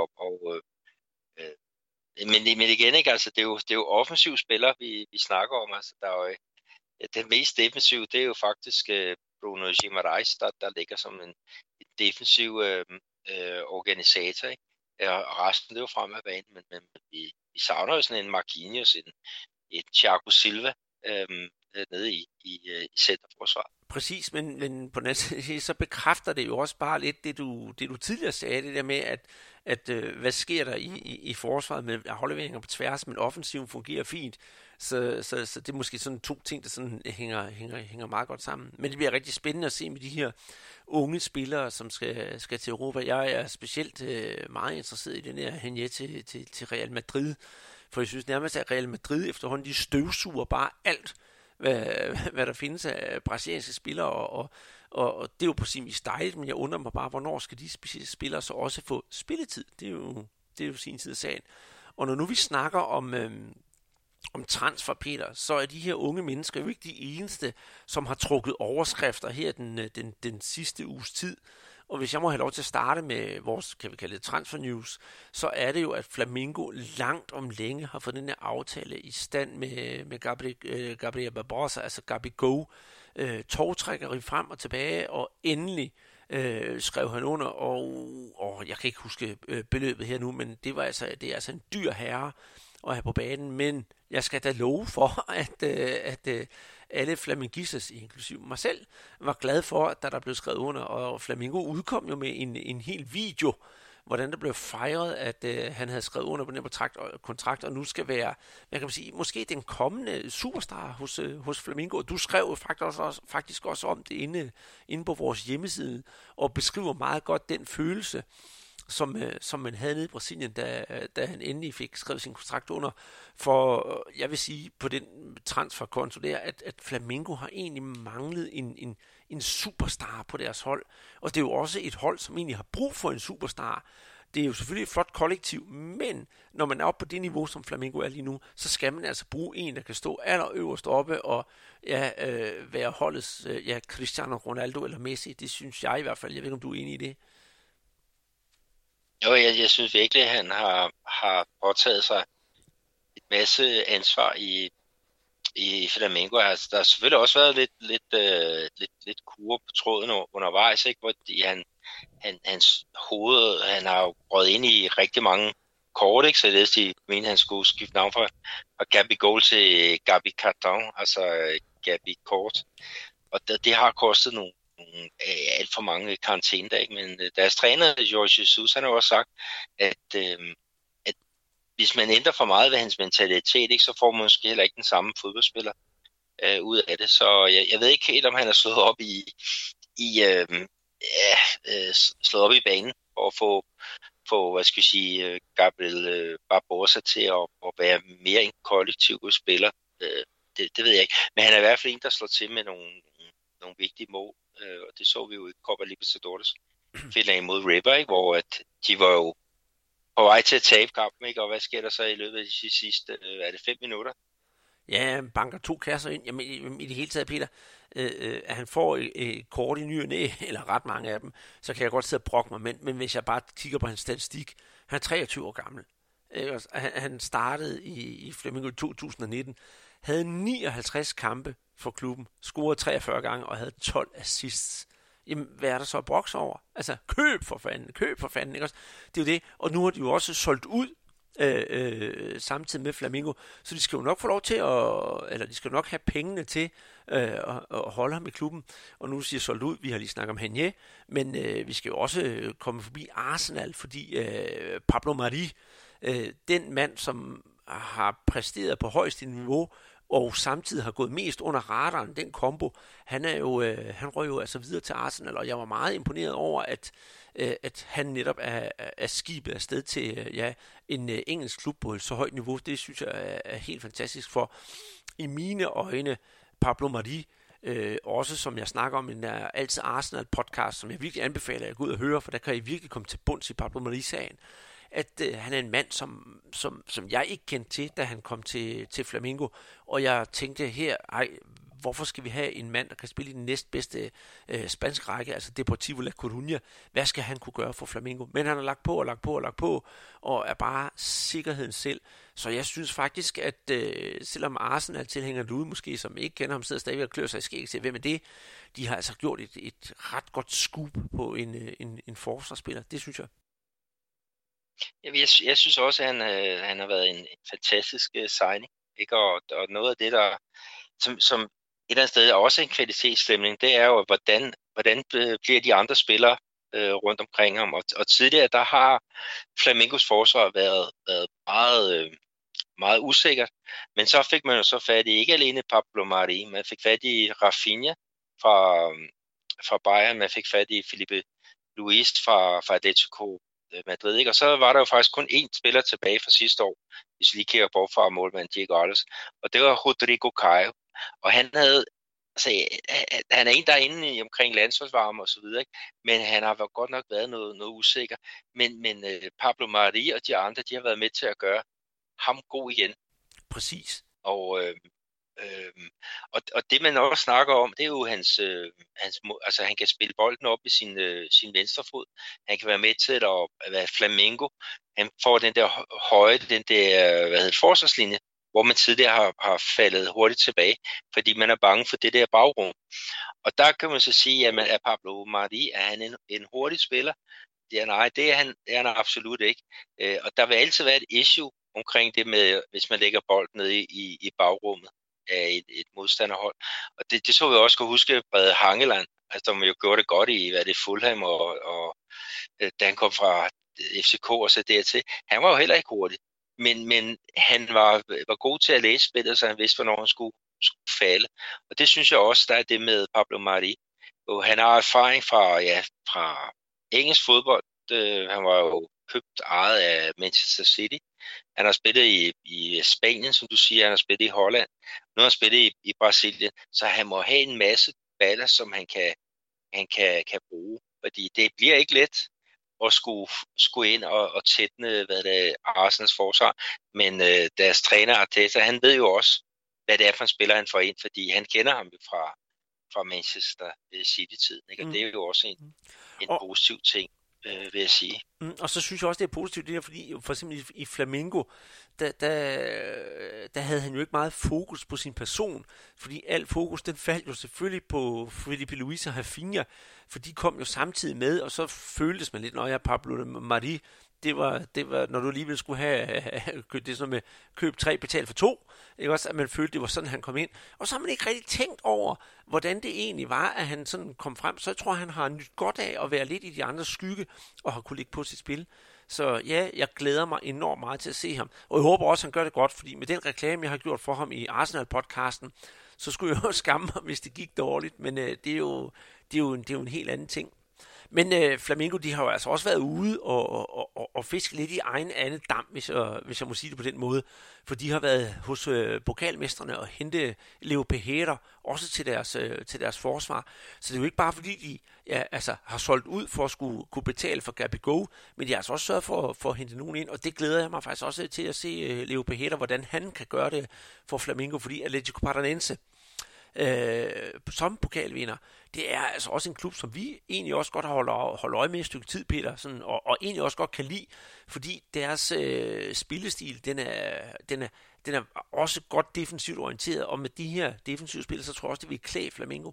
Men igen, ikke? Altså, det er jo offensive spillere, vi snakker om. Altså, der er jo, den mest defensive, det er jo faktisk Bruno Guimaraes, der ligger som en defensiv organisator. Ikke? Og resten, det er jo frem af banen, men vi savner jo sådan en Marquinhos, en Thiago Silva nede i centerforsvaret. Præcis, men på den anden side, så bekræfter det jo også bare lidt det du tidligere sagde, det der med, at hvad sker der i forsvaret med afleveringer på tværs, men offensiven fungerer fint. Så det er måske sådan to ting, der sådan hænger meget godt sammen. Men det bliver rigtig spændende at se med de her unge spillere, som skal til Europa. Jeg er specielt meget interesseret i den her Henje til Real Madrid, for jeg synes nærmest, at Real Madrid efterhånden, de støvsuger bare alt, hvad der findes af brasilianske spillere, og det er jo på sin vis dejligt, men jeg undrer mig bare, hvornår skal de spillere så også få spilletid? Det er jo sin tid af sagen. Og når nu vi snakker om transfer, Peter, så er de her unge mennesker jo ikke de eneste, som har trukket overskrifter her den sidste uges tid. Og hvis jeg må have lov til at starte med vores, kan vi kalde det, transfer news, så er det jo, at Flamengo langt om længe har fået den her aftale i stand med Gabriel Barbosa, altså Gabigol, togtrækkeri frem og tilbage, og endelig skrev han under, og jeg kan ikke huske beløbet her nu, men det er altså en dyr herre at have på banen, men jeg skal da love for, at alle flamengistas, inklusive mig selv, var glad for, at der blev skrevet under, og Flamengo udkom jo med en hel video, hvordan der blev fejret, at han havde skrevet under på den her kontrakt, og nu skal være, hvad kan man sige, måske den kommende superstar hos Flamengo. Du skrev faktisk også om det inde på vores hjemmeside, og beskriver meget godt den følelse, som man havde nede i Brasilien, da han endelig fik skrevet sin kontrakt under. For jeg vil sige, på den transferkonto der, at Flamengo har egentlig manglet en superstar på deres hold. Og det er jo også et hold, som egentlig har brug for en superstar. Det er jo selvfølgelig et flot kollektiv, men når man er oppe på det niveau, som Flamengo er lige nu, så skal man altså bruge en, der kan stå allerøverst oppe og være holdets Cristiano Ronaldo eller Messi. Det synes jeg i hvert fald. Jeg ved ikke, om du er enig i det. Jo, jeg synes virkelig, at han har påtaget sig et masse ansvar i Flamengo. Altså, der har selvfølgelig også været lidt kur på tråden undervejs, ikke? Fordi hans hoved, han har jo røget ind i rigtig mange kort, ikke? Så jeg læste, at han skulle skifte navn fra Gabigol til Gabi Carton, altså Gabi Kort. Og det har kostet nogle alt for mange karantænedage, men deres træner, Jorge Jesus, han har også sagt, at hvis man ændrer for meget ved hans mentalitet, ikke, så får man måske heller ikke den samme fodboldspiller ud af det. Så jeg ved ikke helt, om han er slået op i banen for at få hvad skal jeg sige, Gabriel Barbosa til at være mere en kollektiv spiller. Det ved jeg ikke. Men han er i hvert fald en, der slår til med nogle vigtige mål. Og det så vi jo i Copa Libertadores finalen mod River, ikke? Hvor at de var jo på vej til at tabe kampen, ikke? Og hvad sker der så i løbet af de sidste, 5 minutter? Ja, han banker 2 kasser ind. Jamen, i det hele taget, Peter, at han får et kort i ny og næ, eller ret mange af dem, så kan jeg godt sidde og brokke mig, men hvis jeg bare kigger på hans statistik, han er 23 år gammel. Han startede i Flamengo i 2019, havde 59 kampe for klubben, scorede 43 gange og havde 12 assists. Jamen, hvad er der så at brokse over? Altså, køb for fanden, ikke også? Det er jo det, og nu har de jo også solgt ud samtidig med Flamengo, så de skal jo nok få lov til eller de skal nok have pengene til at holde ham i klubben. Og nu siger solgt ud, vi har lige snakket om Henje, men vi skal jo også komme forbi Arsenal, fordi Pablo Mari, den mand, som har præsteret på højeste niveau, og samtidig har gået mest under radaren, den kombo, han røg jo altså videre til Arsenal, og jeg var meget imponeret over, at han netop er skibet afsted til en engelsk klub på et så højt niveau. Det synes jeg er helt fantastisk, for i mine øjne, Pablo Mari, også som jeg snakker om i den der Altid Arsenal podcast, som jeg virkelig anbefaler at gå ud og høre, for der kan I virkelig komme til bunds i Pablo Mari-sagen, at han er en mand, som jeg ikke kendte til, da han kom til Flamengo, og jeg tænkte her, hvorfor skal vi have en mand, der kan spille i den næstbedste spanske række, altså Deportivo La Coruña? Hvad skal han kunne gøre for Flamengo? Men han har lagt på, og er bare sikkerheden selv. Så jeg synes faktisk, at selvom Arsenal tilhænger derude, måske som ikke kender ham, sidder stadigvæk og klør sig i skæg til, hvem er det? De har altså gjort et ret godt scoop på en forsvarsspiller. Det synes jeg. Jeg synes også, at han har været en fantastisk signing, ikke? Og noget af det, der som et eller andet sted er også en kvalitetsstemning, det er jo, hvordan bliver de andre spillere rundt omkring ham. Og tidligere, der har Flamengos forsvar været meget, meget usikkert, men så fik man jo så fat i ikke alene Pablo Mari, man fik fat i Rafinha fra Bayern, man fik fat i Felipe Luis fra Atletico Madrid, ikke? Og så var der jo faktisk kun én spiller tilbage fra sidste år, hvis vi lige kigger bort fra målmanden Diego Alves, og det var Rodrigo Caio, og han er en, der er inde omkring landsholdsvarme og så videre, ikke? Men han har godt nok været noget usikker, men Pablo Mari og de andre, de har været med til at gøre ham god igen. Præcis. Og det man også snakker om, det er jo hans altså han kan spille bolden op i sin venstre fod. Han kan være med til at være Flamengo. Han får den der højde, den der forsvarslinje, hvor man tidligere har faldet hurtigt tilbage, fordi man er bange for det der bagrum. Og der kan man så sige, at er Pablo Mari, er han en hurtig spiller? Nej, det er han absolut ikke. Og der vil altid være et issue omkring det med, hvis man lægger bolden ned i bagrummet af et modstanderhold. Og det så vi også kunne huske Brede Hangeland, altså som jo gjorde det godt i Fulham, og da han kom fra FCK og så dertil. Han var jo heller ikke hurtig, men han var god til at læse spillet, så han vidste, hvornår han skulle falde. Og det synes jeg også, der er det med Pablo Mari. Og han har erfaring fra engelsk fodbold. Han var jo købt ejet af Manchester City. Han har spillet i Spanien, som du siger, han har spillet i Holland. Nu har han spillet i Brasilien, så han må have en masse baller, som han kan bruge. Fordi det bliver ikke let at skulle ind og tætne Arsenals forsvar. Men deres træner Arteta, han ved jo også, hvad det er for en spiller, han får ind, fordi han kender ham fra Manchester City-tiden. Ikke? Og det er jo også en positiv ting, vil jeg sige. Og så synes jeg også, det er positivt det her, fordi for eksempel i Flamengo, der havde han jo ikke meget fokus på sin person, fordi al fokus, den faldt jo selvfølgelig på Felipe Luis og Rafinha, for de kom jo samtidig med, og så føltes man lidt, når jeg Pablo Mari, det var, når du alligevel skulle have det sådan med køb 3, betal for 2, ikke også, at man følte, det var sådan, han kom ind. Og så har man ikke rigtig tænkt over, hvordan det egentlig var, at han sådan kom frem. Så jeg tror, han har nyt godt af at være lidt i de andres skygge, og har kunne ligge på sit spil. Så ja, jeg glæder mig enormt meget til at se ham. Og jeg håber også, han gør det godt, fordi med den reklame, jeg har gjort for ham i Arsenal-podcasten, så skulle jeg jo skamme mig, hvis det gik dårligt. Men det er jo en helt anden ting. Men Flamengo, de har jo altså også været ude og fiske lidt i egen andet dam, hvis jeg må sige det på den måde. For de har været hos pokalmestrene og hente Leo Pereira også til deres forsvar. Så det er jo ikke bare fordi, de har solgt ud for at skulle kunne betale for Gabigol, men de har altså også sørget for at hente nogen ind. Og det glæder jeg mig faktisk også til at se Leo Pereira, hvordan han kan gøre det for Flamengo, fordi Atletico Paranaense, som pokalvinder. Det er altså også en klub, som vi egentlig også godt har holdt øje med et stykke tid, Peter, sådan, og egentlig også godt kan lide, fordi deres spillestil, den er også godt defensivt orienteret, og med de her defensive spillere, så tror jeg også, det vil klæde Flamengo.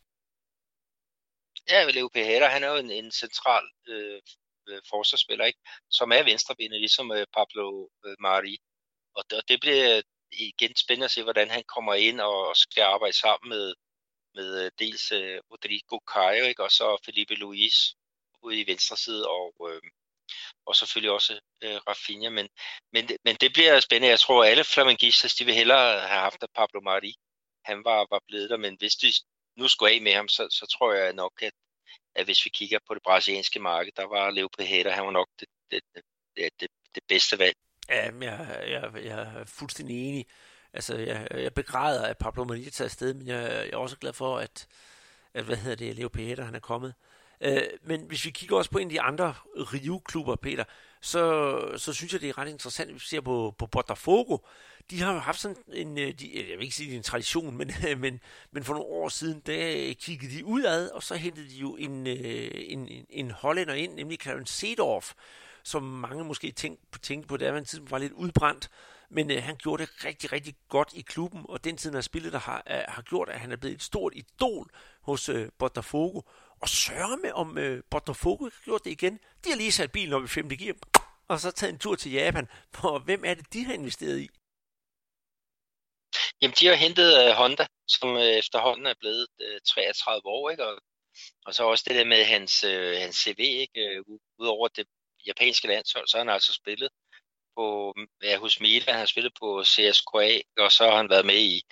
Ja, Leo Pereira, han er jo en central forsvarsspiller, ikke? Som er venstrebenet, ligesom Pablo Mari. Og det bliver igen spændende at se, hvordan han kommer ind og skal arbejde sammen med dels Rodrigo Caio, ikke? Og så Felipe Luis ude i venstre side, og selvfølgelig også Rafinha. Men det bliver spændende. Jeg tror, alle flamengistas, de vil hellere have haft af Pablo Mari. Han var blevet der, men hvis de nu skulle af med ham, så tror jeg nok, at hvis vi kigger på det brasilianske marked, der var Leo Pereira, han var nok det bedste valg. Ja, jeg er fuldstændig enig. Altså, jeg begræder, at Pablo Mari tager afsted, men jeg er også glad for, at Leo Pereira, han er kommet. Men hvis vi kigger også på en af de andre Rio-klubber, Peter, så synes jeg, det er ret interessant, hvis vi ser på Botafogo. De har jo haft sådan en, jeg vil ikke sige, det er en tradition, men for nogle år siden, der kiggede de udad, og så hentede de jo en hollænder ind, nemlig Clarence Seedorf, som mange måske tænkte på, det var en tid, var lidt udbrændt, men han gjorde det rigtig, rigtig godt i klubben, og den tid, han har spillet, der har gjort, at han er blevet et stort idol hos Botafogo. Og sørge med, om Botafogo har gjort det igen. De har lige sat bilen op i 5. gear, og så taget en tur til Japan. For hvem er det, de har investeret i? Jamen, de har hentet Honda, som efterhånden er blevet 33 år, ikke? Og så også det der med hans CV, ikke? Udover det japanske landshold, så har han altså spillet hos Milan, han har spillet på CSKA, og så har han været med i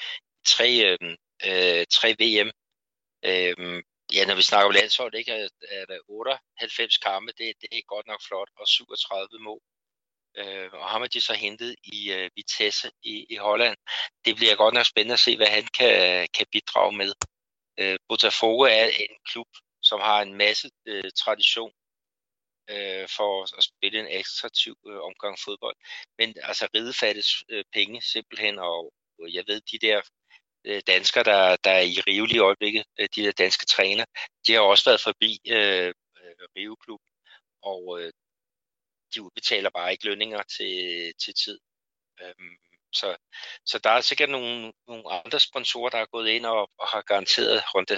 3 VM. Ja, når vi snakker om landshold, ikke, er der 98 kampe, det er godt nok flot, og 37 mål. Og ham har de så hentet i Vitesse i Holland. Det bliver godt nok spændende at se, hvad han kan bidrage med. Botafogo er en klub, som har en masse tradition for at spille en attraktiv omgang fodbold. Men altså ridefattes penge simpelthen, og jeg ved, de der danskere, der er i Rio lige i øjeblikket, de der danske træner, de har også været forbi Rio-klubben, og de udbetaler bare ikke lønninger til tid. Så der er sikkert nogle andre sponsorer, der er gået ind og har garanteret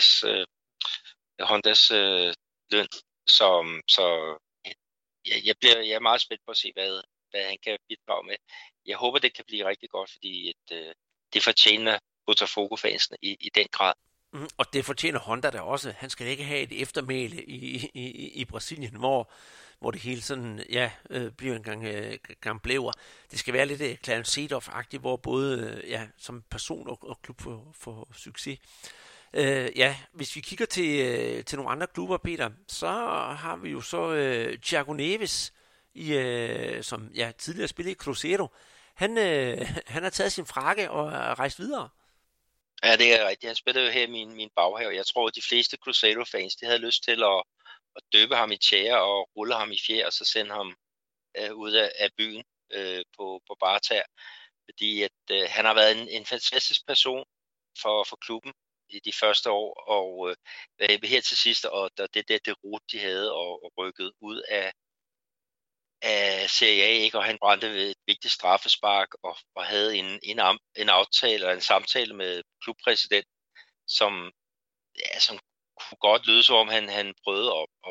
Hondas løn. Så jeg er meget spændt på at se, hvad han kan bidrage med. Jeg håber, det kan blive rigtig godt, fordi det fortjener Botafogo-fansene i den grad. Og det fortjener Honda da også. Han skal ikke have et eftermæle i Brasilien, hvor det hele sådan, bliver en gang blæver. Det skal være lidt Clarence Seedorf-agtigt, hvor både som person og klub får succes. Hvis vi kigger til nogle andre klubber, Peter, så har vi jo så Thiago Neves, som tidligere spillede i Cruzeiro. Han har taget sin frakke og er rejst videre. Ja, det er rigtigt. Han spillede jo her i min baghave. Jeg tror, at de fleste Cruzeiro-fans, de havde lyst til at døbe ham i tjære og rulle ham i fjer, og så sende ham ud af byen på bartær. Fordi at han har været en fantastisk person for klubben i de første år, og her til sidst, og det rute, de havde, og rykket ud af Serie A, ikke? Og han brændte ved et vigtigt straffespark, og havde en aftale eller en samtale med klubpræsident, som kunne godt lyde, som om han prøvede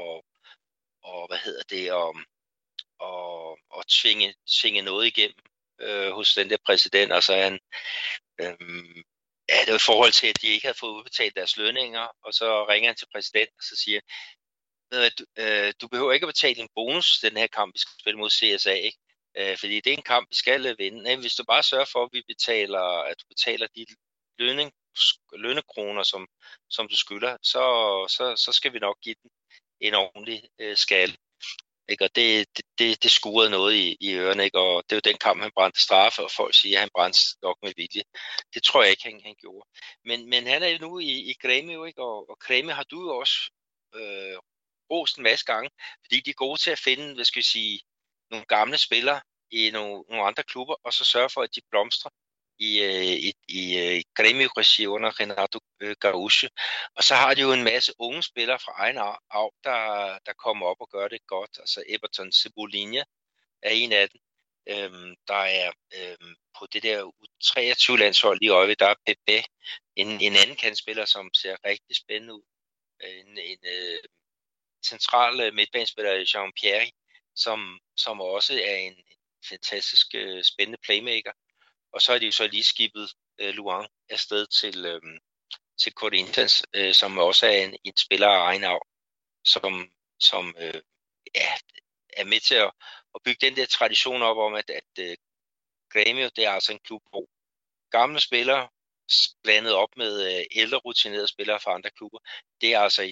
at tvinge noget igennem hos den der præsident. Altså han det var i forhold til, at de ikke havde fået udbetalt deres lønninger, og så ringer han til præsidenten og så siger, du behøver ikke at betale en bonus den her kamp, vi skal spille mod CSA, ikke? Fordi det er en kamp, vi skal vinde. Nej, hvis du bare sørger for, at du betaler de lønnekroner, som du skylder, så skal vi nok give den en ordentlig skal. Ikke? Og det skurede noget i ørerne, ikke? Og det er jo den kamp, han brændte straffe, og folk siger, at han brændte nok med vilje. Det tror jeg ikke, han gjorde. Men han er jo nu i Grêmio, ikke? Og Grêmio har du jo også rost en masse gange, fordi de er gode til at finde, nogle gamle spillere i nogle andre klubber, og så sørge for, at de blomstrer. i Grêmio-regi under Renato Gaúcho. Og så har de jo en masse unge spillere fra egen arv, der kommer op og gør det godt. Altså Everton Cebolinha er en af dem. Der er på det der 23-landshold i øjeblikket, der er Pepe, en anden kantspiller, som ser rigtig spændende ud. En central midtbanespiller, Jean-Pierre, som også er en fantastisk spændende playmaker. Og så er de jo så lige skibet Luan afsted til Corinthians, som også er en spiller af egen arv, som er med til at bygge den der tradition op om, at Grêmio, det er altså en klub, hvor gamle spillere blandet op med ældre rutinerede spillere fra andre klubber. Det er altså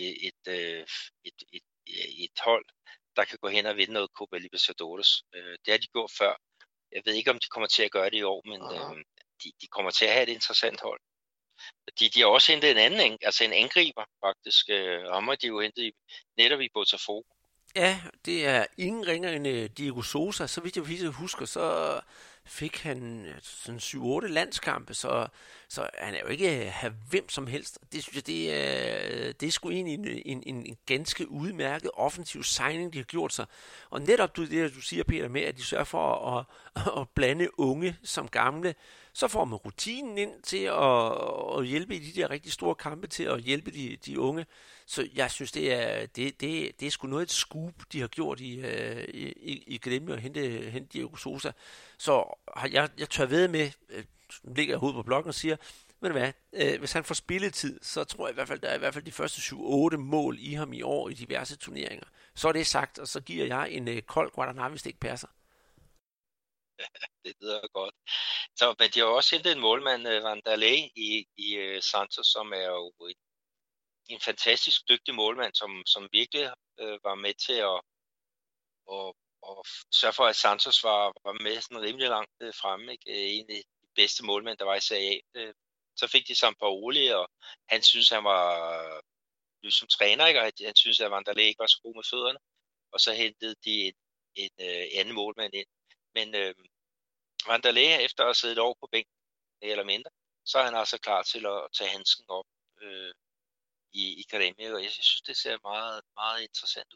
et hold, der kan gå hen og vinde noget Copa Libertadores. Det har de gjort før. Jeg ved ikke, om de kommer til at gøre det i år, men de kommer til at have et interessant hold. De har også hentet en anden, altså en angriber faktisk. Ham har de jo hentet netop i Botafogo. Ja, det er ingen ringer end Diego Sousa. Så vidt jeg husker, så fik han sådan 7-8 landskampe, så han er jo ikke have hvem som helst. Det synes jeg, det er sgu egentlig en ganske udmærket offensiv signing, de har gjort sig. Og netop det, du siger, Peter, med, at de sørger for at blande unge som gamle, så får man rutinen ind til at hjælpe i de der rigtig store kampe, til at hjælpe de unge. Så jeg synes, det er sgu noget et scoop, de har gjort i Grêmio at hente Diego Sousa. Så jeg tør ved med, nu ligger jeg hovedet på blokken og siger, ved du hvad, hvis han får spilletid, så tror jeg i hvert fald, der er i hvert fald de første 7-8 mål i ham i år i diverse turneringer. Så er det sagt, og så giver jeg en kold Guaraná, hvis det ikke passer. Det lyder godt. Så, men de har også hentet en målmand, Vanderlei, i Santos, som er jo en fantastisk dygtig målmand, som virkelig var med til at sørge for, at Santos var med sådan rimelig langt fremme. Ikke? En af de bedste målmænd, der var i Serie A. Så fik de Sampaoli, og han synes, han var som træner, ikke? Og han synes, at Vanderlei ikke var så god med fødderne. Og så hentede de en anden målmand ind. Men Vanderlei, efter at have siddet over på bænken, eller mindre, så er han altså klar til at tage handsken op i Grêmio, og jeg synes, det ser meget, meget interessant ud.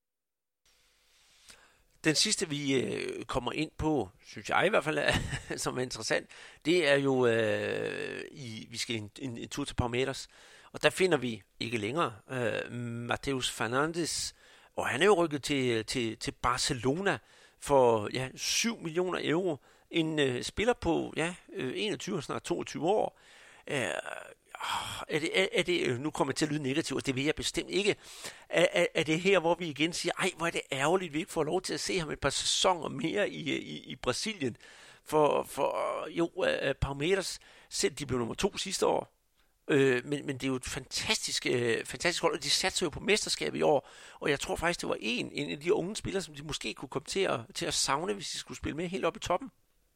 Den sidste, vi kommer ind på, synes jeg i hvert fald, som er interessant, det er jo, vi skal en tur til Palmeiras, og der finder vi ikke længere Matheus Fernandes, og han er jo rykket til Barcelona for 7 millioner euro. En spiller på 21, snart 22 år. Er det, nu kommer jeg til at lyde negativt, det vil jeg bestemt ikke. Er det her, hvor vi igen siger, ej, hvor er det ærgerligt, vi ikke får lov til at se ham et par sæsoner mere i Brasilien. For Palmeiras, selv de blev nummer 2 sidste år. Men det er jo et fantastisk hold, og de satser jo på mesterskabet i år, og jeg tror faktisk, det var en af de unge spillere, som de måske kunne komme til at savne, hvis de skulle spille med helt oppe i toppen.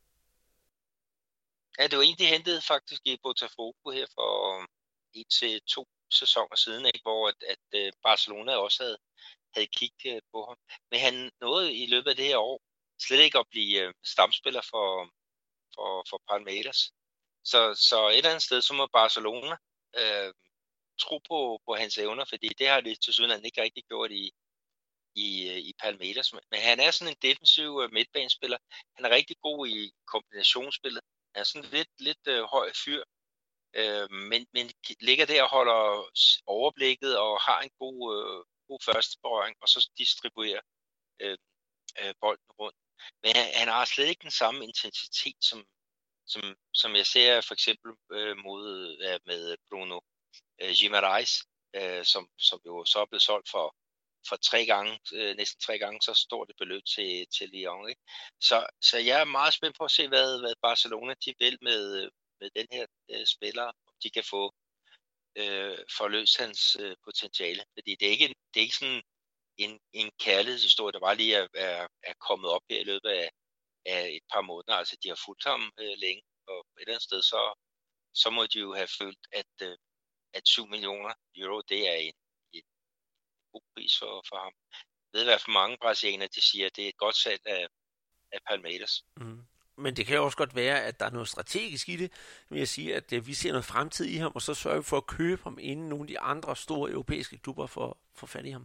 Ja, det var en, de hentede faktisk i Botafogo her for 1-2 sæsoner siden, ikke? Hvor at Barcelona også havde kigget på ham. Men han nåede i løbet af det her år slet ikke at blive stamspiller for Palmeiras. Så et eller andet sted, så må Barcelona tro på hans evner, fordi det har det til sydenland ikke rigtig gjort i Palmeiras. Men han er sådan en defensiv midtbanespiller. Han er rigtig god i kombinationsspillet. Han er sådan lidt høj fyr, men ligger der og holder overblikket og har en god første berøring, og så distribuerer bolden rundt. Men han har slet ikke den samme intensitet, som jeg ser for eksempel med Bruno Guimaraes, som jo så er blevet solgt for 3 gange, næsten 3 gange så stort et beløb til Lyon. Ikke? Så jeg er meget spændt på at se, hvad Barcelona de vil med den her spiller, om de kan få forløst hans potentiale. Fordi det er ikke sådan en kærlighedshistorie, der bare lige er kommet op her i løbet af et par måneder. Altså, de har fulgt ham længe, og et eller andet sted, så må de jo have følt, at 7 millioner euro, det er en god pris for ham. Jeg ved i hvert fald mange brasilianere, de siger, at det er et godt salg af Palmeiras. Mm. Men det kan jo også godt være, at der er noget strategisk i det. Men jeg siger, at vi ser noget fremtid i ham, og så sørger vi for at købe ham, inden nogle af de andre store europæiske klubber får fat i ham.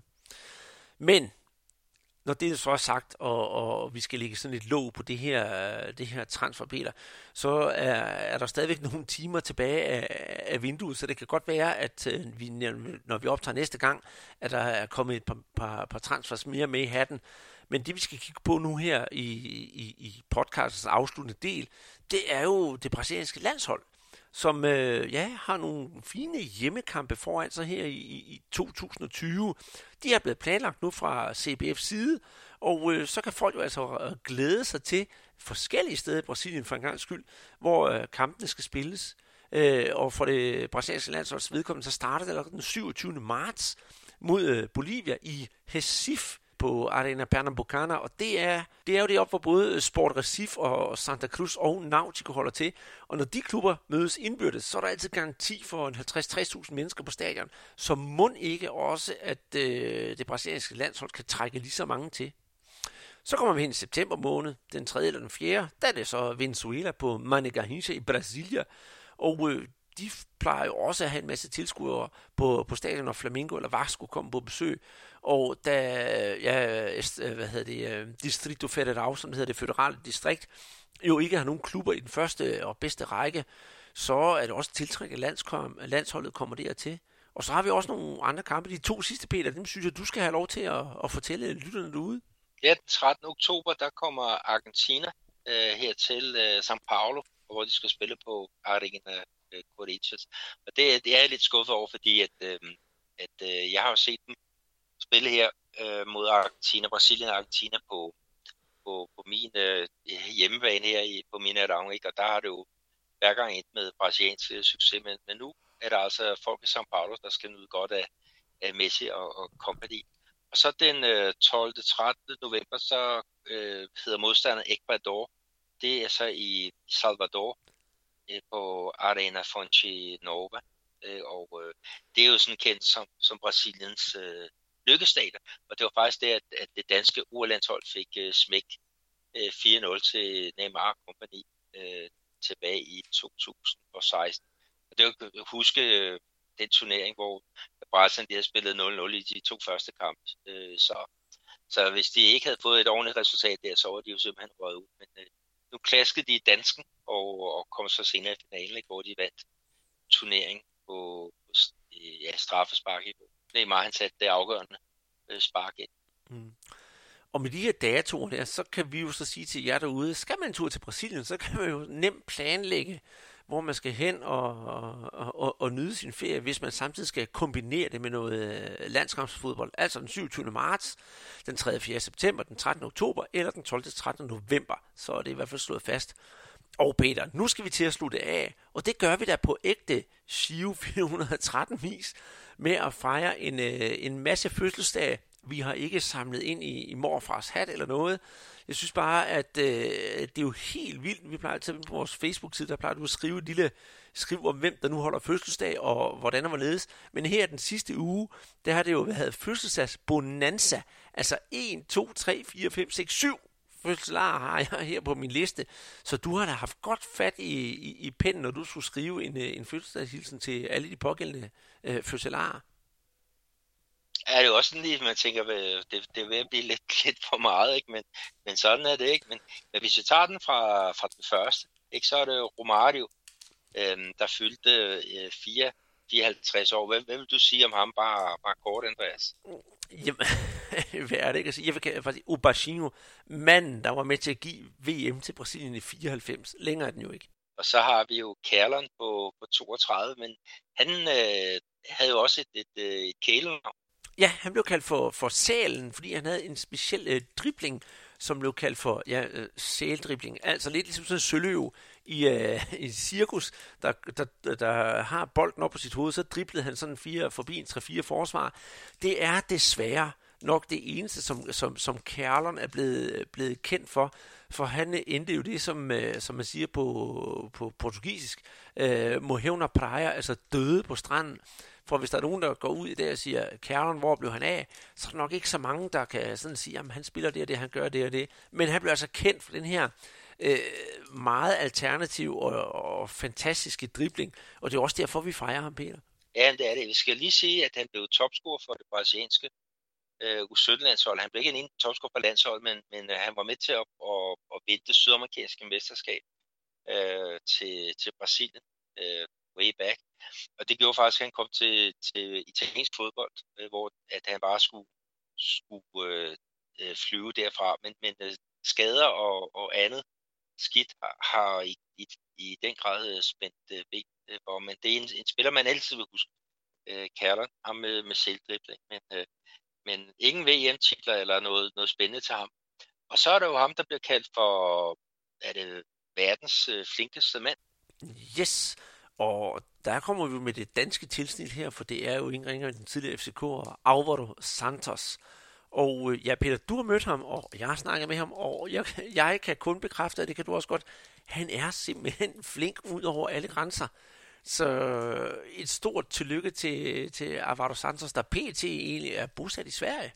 Men når det så er sagt, og vi skal lægge sådan et låg på det her transfer, Peter, så er der stadigvæk nogle timer tilbage af vinduet, så det kan godt være, at når vi optager næste gang, at der er kommet et par transfers mere med i hatten. Men det, vi skal kigge på nu her i podcastens afsluttende del, det er jo det brasilianske landshold, som har nogle fine hjemmekampe foran sig her i 2020. De er blevet planlagt nu fra CBF's side, og så kan folk jo altså glæde sig til forskellige steder i Brasilien for en gangs skyld, hvor kampene skal spilles. Og for det brasilianske landsholds vedkommende, så starter det allerede den 27. marts mod Bolivia i Recife på Arena Pernambucana, og det er jo det op, hvor både Sport Recife og Santa Cruz og Náutico holder til. Og når de klubber mødes indbyrdes, så er der altid garanti for 50-60.000 mennesker på stadion, så mon ikke også, at det brasilianske landshold kan trække lige så mange til. Så kommer vi hen i september måned, den 3. eller den 4. Der er det så Venezuela på Mané Garrincha i Brasilia, og de plejer jo også at have en masse tilskuere på stadion, når Flamengo eller Vasco kommer på besøg. Og da Distrito Federal, som hedder det føderale distrikt, jo ikke har nogen klubber i den første og bedste række, så er det også tiltrækket, at landsholdet kommer dertil. Og så har vi også nogle andre kampe. De 2 sidste, Peter, dem synes jeg, du skal have lov til at fortælle lytterne derude. Ja, den 13. oktober, der kommer Argentina her til São Paulo, hvor de skal spille på Arena Corinthians. Og det er jeg lidt skuffet over, fordi at jeg har jo set dem spille her mod Argentina, Brasilien og Argentina på min hjemmebane her på Mineirão, ikke? Og der har det jo hver gang endt med brasiliansk succes, men nu er der altså folk i São Paulo, der skal nyde godt af Messi og company. Og så den 12. 13. november, så hedder modstanderen Ecuador. Det er så i Salvador på Arena Fonte Nova. Og det er jo sådan kendt som Brasiliens lykkestadion. Og det var faktisk det, at det danske urlandshold fik smæk 4-0 til Neymar Company tilbage i 2016. Og det er jo huske den turnering, hvor Brasilien havde spillet 0-0 i de 2 første kampe. Så hvis de ikke havde fået et ordentligt resultat der, så var de jo simpelthen røget ud. Men nu klaskede de i dansken og kom så senere i finalen, hvor de vandt turnering på straffespark. Neymar, han satte det afgørende spark ind. Mm. Og med de her datoer der, så kan vi jo så sige til jer derude, skal man en tur til Brasilien, så kan man jo nemt planlægge, hvor man skal hen og nyde sin ferie, hvis man samtidig skal kombinere det med noget landskampsfodbold. Altså den 27. marts, den 3. og 4. september, den 13. oktober eller den 12. og 13. november. Så er det i hvert fald slået fast. Og Peter, nu skal vi til at slutte af, og det gør vi da på ægte Giro 413 vis med at fejre en masse fødselsdage. Vi har ikke samlet ind i morfars hat eller noget. Jeg synes bare, at det er jo helt vildt. Vi plejer altid på vores Facebook-side, der plejer du at skrive om hvem der nu holder fødselsdag og hvordan og hvorledes. Men her den sidste uge, der har det jo været fødselsdagsbonanza. Altså 1, 2, 3, 4, 5, 6, 7 fødselsdager har jeg her på min liste. Så du har da haft godt fat i pennen, når du skulle skrive en fødselsdagshilsen til alle de pågældende fødselsdager. Ja, det er jo også sådan lige, man tænker, det er ved at blive lidt for meget, ikke? Men sådan er det ikke. Men hvis vi tager den fra den første, ikke, så er det Romario, der fyldte 54 år. Hvad vil du sige om ham, bare kort, Andreas? Jamen, hvad er det ikke at sige? Jeg vil faktisk Ubachinho, manden, der var med til at give VM til Brasilien i 94. Længere er den jo ikke. Og så har vi jo Kerlon på 32, men han havde jo også et kælenavn. Ja, han blev kaldt for Sælen, fordi han havde en speciel dribling, som blev kaldt for sældribling. Altså lidt ligesom sådan en søløv i cirkus, der har bolden op på sit hoved, så driblede han sådan forbi en 3-4 forsvar. Det er desværre nok det eneste, som Kerlon er blevet kendt for han endte jo det, som man siger på portugisisk, morreu na praia, altså døde på stranden. For hvis der er nogen, der går ud i det og siger, Kerlon, hvor blev han af, så er der nok ikke så mange, der kan sådan sige, at han spiller det og det, han gør det og det. Men han blev altså kendt for den her meget alternativ og fantastiske dribling, og det er også derfor, vi fejrer ham, Peter. Ja, det er det. Vi skal lige sige, at han blev topscorer for det brasilianske U17-landshold. Han blev ikke en topscorer for landsholdet, men han var med til at vinde det sydamerikanske mesterskab til Brasilien way back. Og det gjorde faktisk, at han kom til italiensk fodbold, hvor at han bare skulle flyve derfra. Men skader og andet skidt har i den grad spændt ben for. Men det er en spiller, man altid vil huske. Kærleren, ham med selvdribling. Men ingen VM-titler eller noget spændende til ham. Og så er der jo ham, der bliver kaldt for verdens flinkeste mand. Yes, og der kommer vi med det danske tilsnit her, for det er jo ingen ringer den tidligere FCK'er, Álvaro Santos. Og ja, Peter, du har mødt ham, og jeg har snakket med ham, og jeg kan kun bekræfte, at det kan du også godt. Han er simpelthen flink ud over alle grænser. Så et stort tillykke til Álvaro Santos, der pt. Egentlig er bosat i Sverige.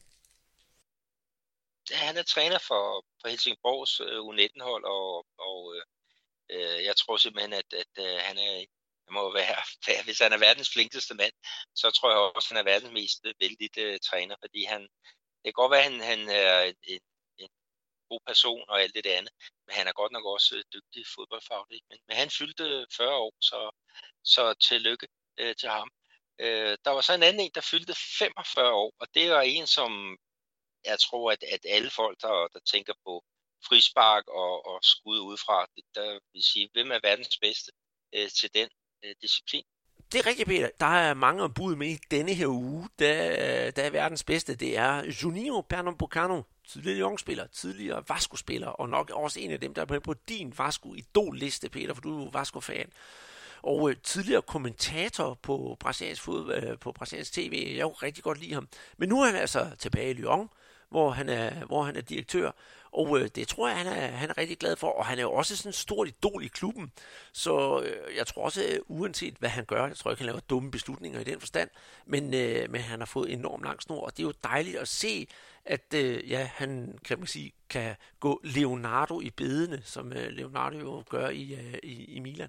Ja, han er træner for Helsingborgs U19-hold, og jeg tror simpelthen, at han må være, hvis han er verdens flinkeste mand, så tror jeg også, at han er verdens mest vældige træner, fordi det kan godt være, at han er en god person og alt det andet, men han er godt nok også dygtig fodboldfaglig. Men han fyldte 40 år, så tillykke til ham. Der var så en anden en, der fyldte 45 år, og det var en, som jeg tror, at alle folk, der tænker på frispark og skud udefra, der vil sige, hvem er verdens bedste til den disciplin? Det er rigtigt, Peter. Der er mange bud med i denne her uge. Der er verdens bedste. Det er Juninho Pernambucano, tidligere Lyon-spiller, tidligere Vasco-spiller, og nok også en af dem, der er på din Vasco-idol-liste, Peter, for du er jo Vasco-fan. Og tidligere kommentator på brasiliansk tv. Jeg jo rigtig godt lide ham. Men nu er han altså tilbage i Lyon, hvor han er direktør. Og det tror jeg, han er rigtig glad for. Og han er jo også sådan en stort idol i klubben. Så jeg tror også, uanset hvad han gør, jeg tror ikke, han laver dumme beslutninger i den forstand. Men han har fået enormt lang snor. Og det er jo dejligt at se, at han kan gå Leonardo i bedene, som Leonardo jo gør i Milan.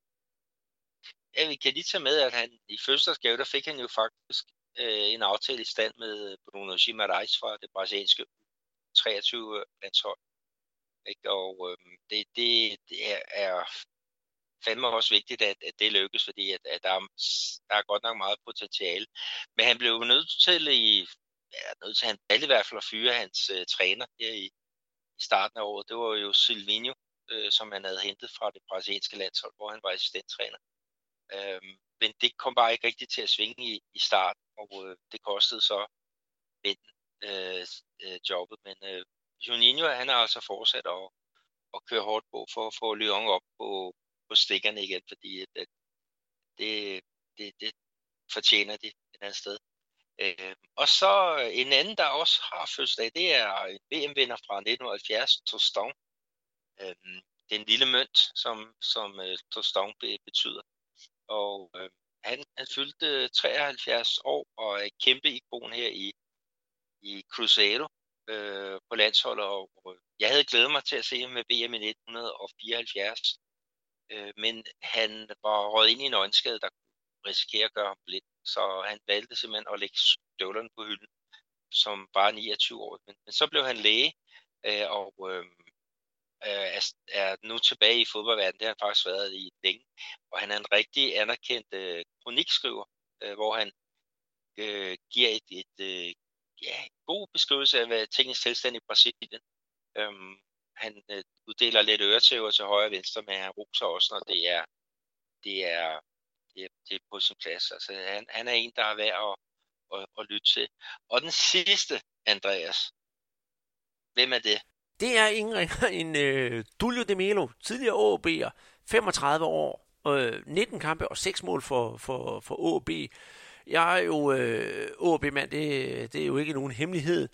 Ja, vi kan lige tage med, at han i fødselsdagsgave, der fik han jo faktisk en aftale i stand med Bruno Guimarães fra det brasilianske 23-landshold. Og det er fandme også vigtigt, at det lykkes, fordi at der er godt nok meget potentiale. Men han blev nødt til han valgte i hvert fald at fyre hans træner her i starten af året. Det var jo Silvinho, som han havde hentet fra det brasilianske landshold, hvor han var assistenttræner. Men det kom bare ikke rigtigt til at svinge i starten, og det kostede så vinden jobbet. Men Juninho, han har altså fortsat at køre hårdt på for at få Lyon op på stikkerne igen, fordi at det fortjener de et andet sted. Og så en anden, der også har fødselsdag, det er en VM-vinder fra 1970, Tostão. Den lille mønt, som Tostão betyder. Og han fyldte 73 år og er kæmpe ikon her i Cruzeiro på landsholdet. Og jeg havde glædet mig til at se ham med VM i 1974. Men han var røget ind i en øjenskade, der kunne risikere at gøre ham blind. Så han valgte simpelthen at lægge støvlerne på hylden, som bare 29 år. Men så blev han læge, og er nu tilbage i fodboldverdenen. Det har han faktisk været i længe. Og han er en rigtig anerkendt kronikskriver, hvor han giver et god beskrivelse af, hvad tingens tilstand i Brasilien. Han uddeler lidt øretæver til højre og venstre, men han roser også, når det er på sin plads. Altså, han er en, der er værd at lytte til. Og den sidste, Andreas. Hvem er det? Det er ingen ringer end Dulio de Melo, tidligere AaB'er, 35 år, 19 kampe og 6 mål for AaB. Jeg er jo AaB-mand, det er jo ikke nogen hemmelighed.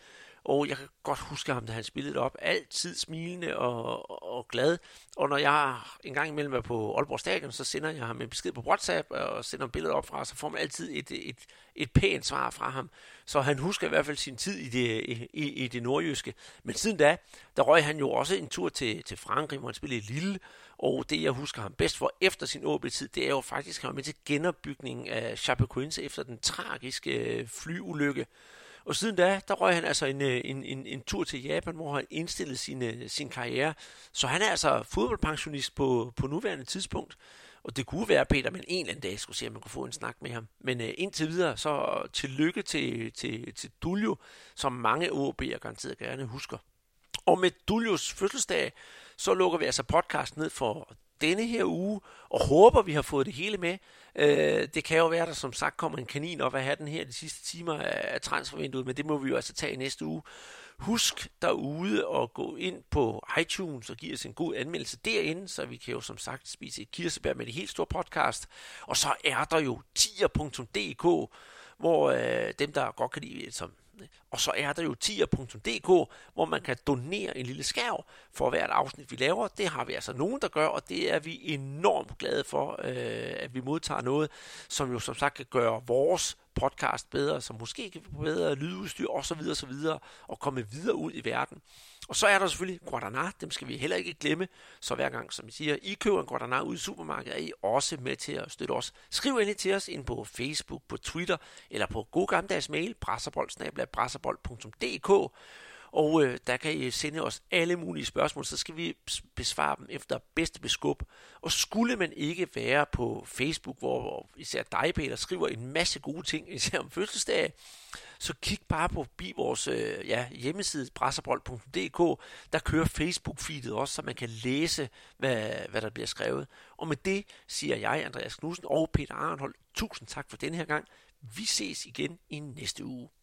og jeg kan godt huske ham, da han spillede op, altid smilende og glad. Og når jeg en gang imellem er på Aalborg Stadion, så sender jeg ham en besked på WhatsApp og sender billedet op fra, så får man altid et pænt svar fra ham. Så han husker i hvert fald sin tid i det nordjyske. Men siden da, der røg han jo også en tur til Frankrig, hvor han spillede i Lille. Og det, jeg husker ham bedst for efter sin OB-tid, det er jo faktisk, at han var med til genopbygningen af Chapecoense efter den tragiske flyulykke. Og siden da, der røg han altså en tur til Japan, hvor han indstillede sin karriere. Så han er altså fodboldpensionist på nuværende tidspunkt. Og det kunne være, Peter, men en eller anden dag skulle se, at man kunne få en snak med ham. Men indtil videre, så tillykke til Duljo, som mange OB'er garanteret gerne husker. Og med Duljos fødselsdag, så lukker vi altså podcast ned for denne her uge, og håber, vi har fået det hele med. Det kan jo være, at der som sagt kommer en kanin op at have den her de sidste timer af transfervinduet, men det må vi jo altså tage i næste uge. Husk derude at gå ind på iTunes og give os en god anmeldelse derinde, så vi kan jo som sagt spise et kirsebær med det helt store podcast. Og så er der jo tier.dk, hvor dem, der godt kan lide som... Og så er der jo tier.dk, hvor man kan donere en lille skærv for hvert afsnit, vi laver. Det har vi altså nogen, der gør, og det er vi enormt glade for, at vi modtager noget, som jo som sagt kan gøre vores podcast bedre, som måske kan få bedre lydudstyr osv. og komme videre ud i verden. Og så er der selvfølgelig Guaraná, dem skal vi heller ikke glemme. Så hver gang, som I siger, I køber en Guaraná ude i supermarkedet, er I også med til at støtte os. Skriv endelig til os ind på Facebook, på Twitter eller på god gammeldags mail, brasserbold@brasserbold.dk. Og der kan I sende os alle mulige spørgsmål, så skal vi besvare dem efter bedste beskub. Og skulle man ikke være på Facebook, hvor især dig, Peter, skriver en masse gode ting, især om fødselsdag, så kig bare på vores hjemmeside, brasserbold.dk. Der kører Facebook-feedet også, så man kan læse, hvad der bliver skrevet. Og med det siger jeg, Andreas Knudsen og Peter Arnhold, tusind tak for denne her gang. Vi ses igen i næste uge.